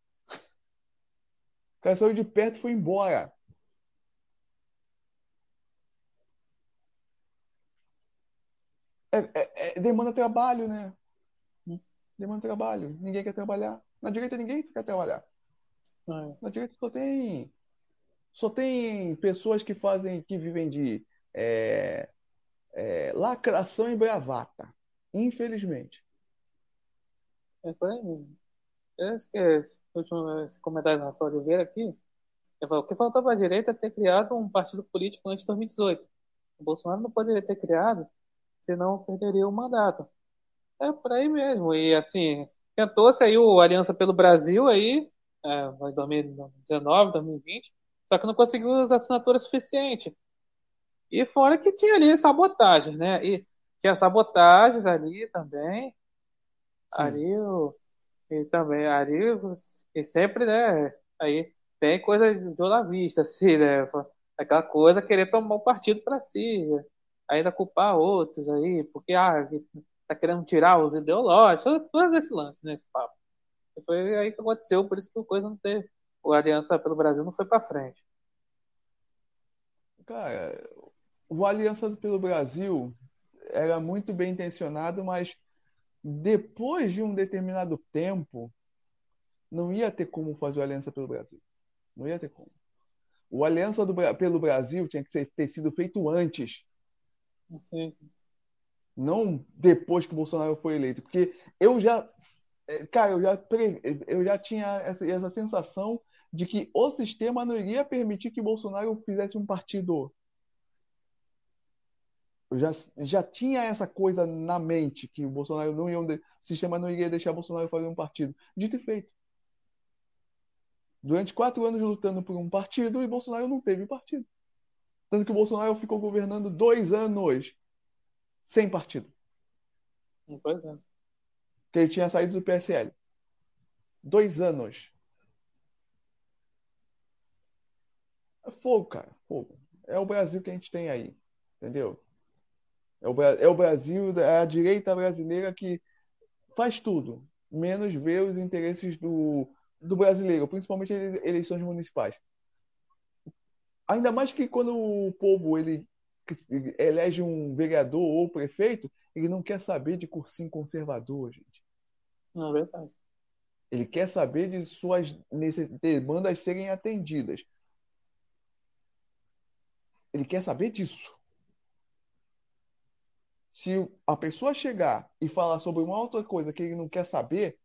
O cara saiu de perto e foi embora. É, é- é- demanda trabalho, né? Demanda trabalho. Ninguém quer trabalhar. Na direita ninguém quer trabalhar. É, Na direita só tem. Só tem pessoas que fazem, que vivem de é, é, lacração e bravata. Infelizmente. é por aí mesmo. Esse, que- esse último esse comentário da Rafael Oliveira aqui, ele falou, o que faltou para a direita é ter criado um partido político antes de dois mil e dezoito. O Bolsonaro não poderia ter criado, senão perderia o mandato. É por aí mesmo. E assim, tentou-se aí o Aliança pelo Brasil aí, é, em dois mil e dezenove, dois mil e vinte, só que não conseguiu as assinaturas suficientes. E fora que tinha ali sabotagem, né? E tinha sabotagens ali também. Sim. Ali o- e também ali e sempre, né? Aí tem coisa de olavista, assim, né? Aquela coisa querer tomar o partido para si, ainda culpar outros aí, porque ah, tá querendo tirar os ideológicos, todo, todo esse lance, né? Esse papo. E foi aí que aconteceu, por isso que a coisa não teve. A Aliança pelo Brasil não foi para frente. Cara, o Aliança pelo Brasil era muito bem intencionado, mas depois de um determinado tempo, não ia ter como fazer o Aliança pelo Brasil. Não ia ter como. O Aliança do Bra- pelo Brasil tinha que ser- ter sido feito antes, Assim, não depois que o Bolsonaro foi eleito. Porque eu já, eh, cara, eu já, pre- eu já tinha essa, essa sensação de que o sistema não iria permitir que Bolsonaro fizesse um partido. Eu já, já tinha essa coisa na mente que o Bolsonaro não ia, o sistema não iria deixar Bolsonaro fazer um partido. Dito e feito. Durante quatro anos lutando por um partido e Bolsonaro não teve partido. Tanto que o Bolsonaro ficou governando dois anos sem partido. pois é. Que ele tinha saído do P S L. Dois anos. É fogo, cara. Fogo. É o Brasil que a gente tem aí. Entendeu? É o, é o Brasil, é a direita brasileira que faz tudo, menos ver os interesses do, do brasileiro, principalmente eleições municipais. Ainda mais que quando o povo ele elege um vereador ou prefeito, ele não quer saber de cursinho conservador, gente. Não, é verdade. Ele quer saber de suas demandas serem atendidas. Ele quer saber disso. Se a pessoa chegar e falar sobre uma outra coisa que ele não quer saber,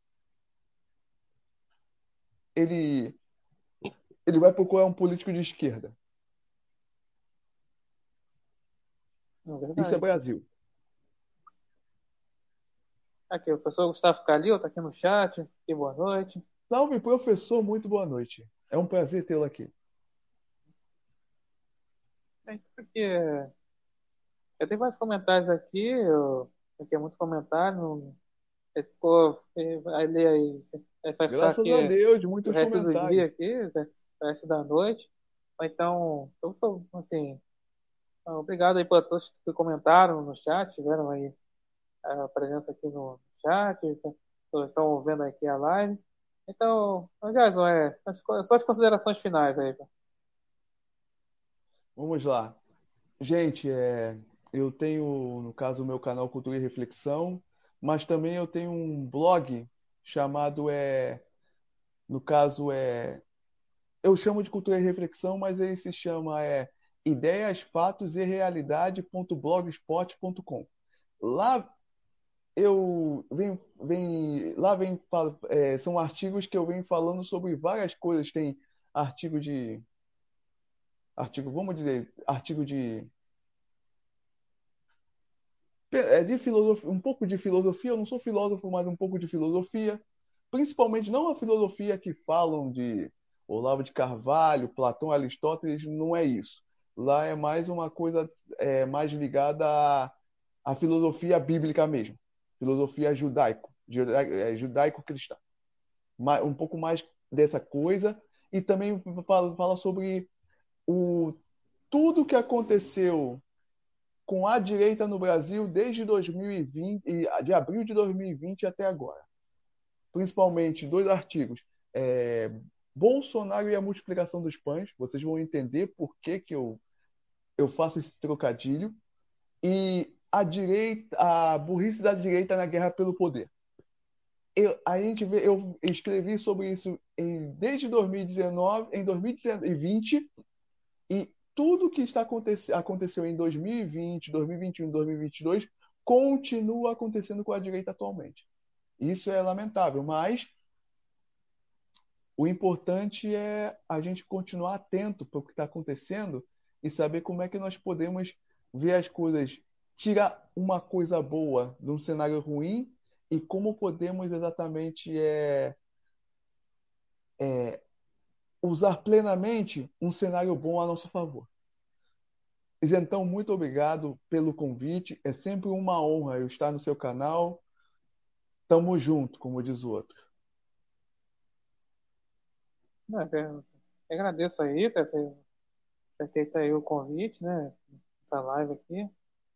ele, ele vai procurar um político de esquerda. Não, é Isso é verdade. Brasil. Aqui, o professor Gustavo Calil está aqui no chat. E boa noite. Salve, professor, muito boa noite. É um prazer tê-lo aqui. Tem aqui, é, eu tenho vários comentários aqui. Eu, aqui é muito comentário. Não, esse ficou, é, vai ler aí. Você- aí vai ficar Graças aqui a é, Deus, o muitos resto do dia comentários. aqui, é, o resto da noite. Ou então, eu tô, assim, obrigado aí por todos que comentaram no chat, tiveram aí a presença aqui no chat, estão vendo aqui a live. Então, Jason, é, as co- só as considerações finais aí. Vamos lá. Gente, é, eu tenho, no caso, o meu canal Cultura e Reflexão, mas também eu tenho um blog chamado, é, no caso, é, eu chamo de Cultura e Reflexão, mas ele se chama é, ideias, fatos e realidade.blogspot.com. Lá eu venho, vem, lá vem, é, são artigos que eu venho falando sobre várias coisas. Tem artigo de, artigo, vamos dizer, artigo de é de filosofia, um pouco de filosofia. Eu não sou filósofo, mas um pouco de filosofia. Principalmente não a filosofia que falam de Olavo de Carvalho, Platão, Aristóteles, não é isso. Lá é mais uma coisa é, mais ligada à, à filosofia bíblica mesmo, filosofia judaico, juda- é, judaico-cristã. Ma- Um pouco mais dessa coisa e também fala, fala sobre o tudo que aconteceu com a direita no Brasil desde dois mil e vinte, e- de abril de dois mil e vinte até agora. Principalmente dois artigos. É, Bolsonaro e a multiplicação dos pães. Vocês vão entender por que, que eu, eu faço esse trocadilho. E a direita, a burrice da direita na guerra pelo poder. Eu, a gente vê, eu escrevi sobre isso em, desde dois mil e dezenove, em dois mil e vinte, e tudo que está aconte, aconteceu em dois mil e vinte, dois mil e vinte e um, dois mil e vinte e dois continua acontecendo com a direita atualmente. Isso é lamentável, mas o importante é a gente continuar atento para o que está acontecendo e saber como é que nós podemos ver as coisas, tirar uma coisa boa de um cenário ruim e como podemos exatamente é, usar plenamente um cenário bom a nosso favor. Isentão, muito obrigado pelo convite. É sempre uma honra eu estar no seu canal. Tamo junto, como diz o outro. Não, eu agradeço aí ter ter feito aí o convite, né? Essa live aqui.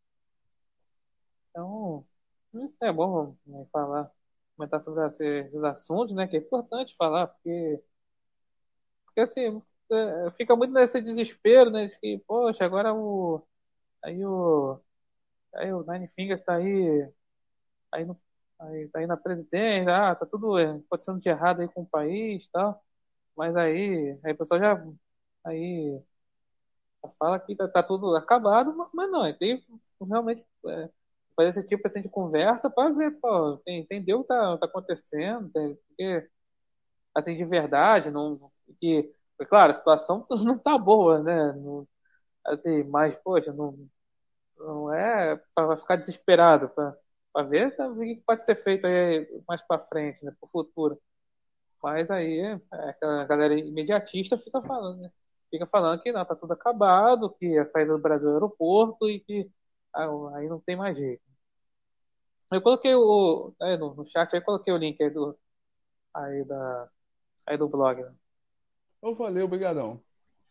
Então, isso é bom, né, falar, comentar sobre esses assuntos, né? Que é importante falar, porque, porque assim, é, fica muito nesse desespero, né? De que, poxa, agora o. Aí o. Aí o Nine Fingers tá aí. Aí, no, aí tá aí na presidência, ah, tá tudo é, acontecendo de errado aí com o país e tal. Mas aí, aí o pessoal já. Aí fala que tá, tá tudo acabado, mas não, é, tem realmente é, fazer esse tipo assim, de conversa para ver, pô, tem- entender o que tá, tá acontecendo, tem- porque, assim, de verdade, não, que, é claro, a situação não tá boa, né? Não, assim, mas, poxa, não, não é para ficar desesperado, para ver, tá, ver o que pode ser feito aí mais para frente, né, para o futuro. Mas aí é, a galera imediatista fica falando, né? Fica falando que não, tá tudo acabado, que a saída do Brasil é aeroporto e que ah, aí não tem mais jeito. Eu coloquei o aí no, no chat, aí coloquei o link aí do aí da aí do blog, né? Eu falei, obrigadão.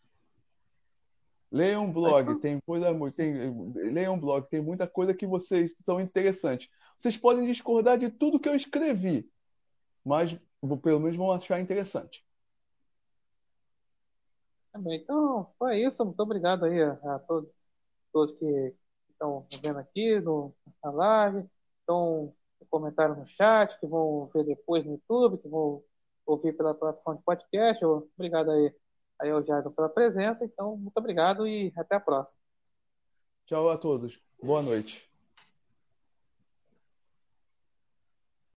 Leiam um Aí, blog, pronto. tem coisa, mu- tem, leiam um blog, tem muita coisa que vocês são interessantes. Vocês podem discordar de tudo que eu escrevi, mas pelo menos vão achar interessante. Também. Então, foi isso. Muito obrigado aí a, a todos, todos que estão vendo aqui no, na live, estão comentaram no chat, que vão ver depois no YouTube, que vão ouvir pela plataforma de podcast. Obrigado aí, aí ao Jason pela presença. Então, muito obrigado e até a próxima. Tchau a todos. Boa noite.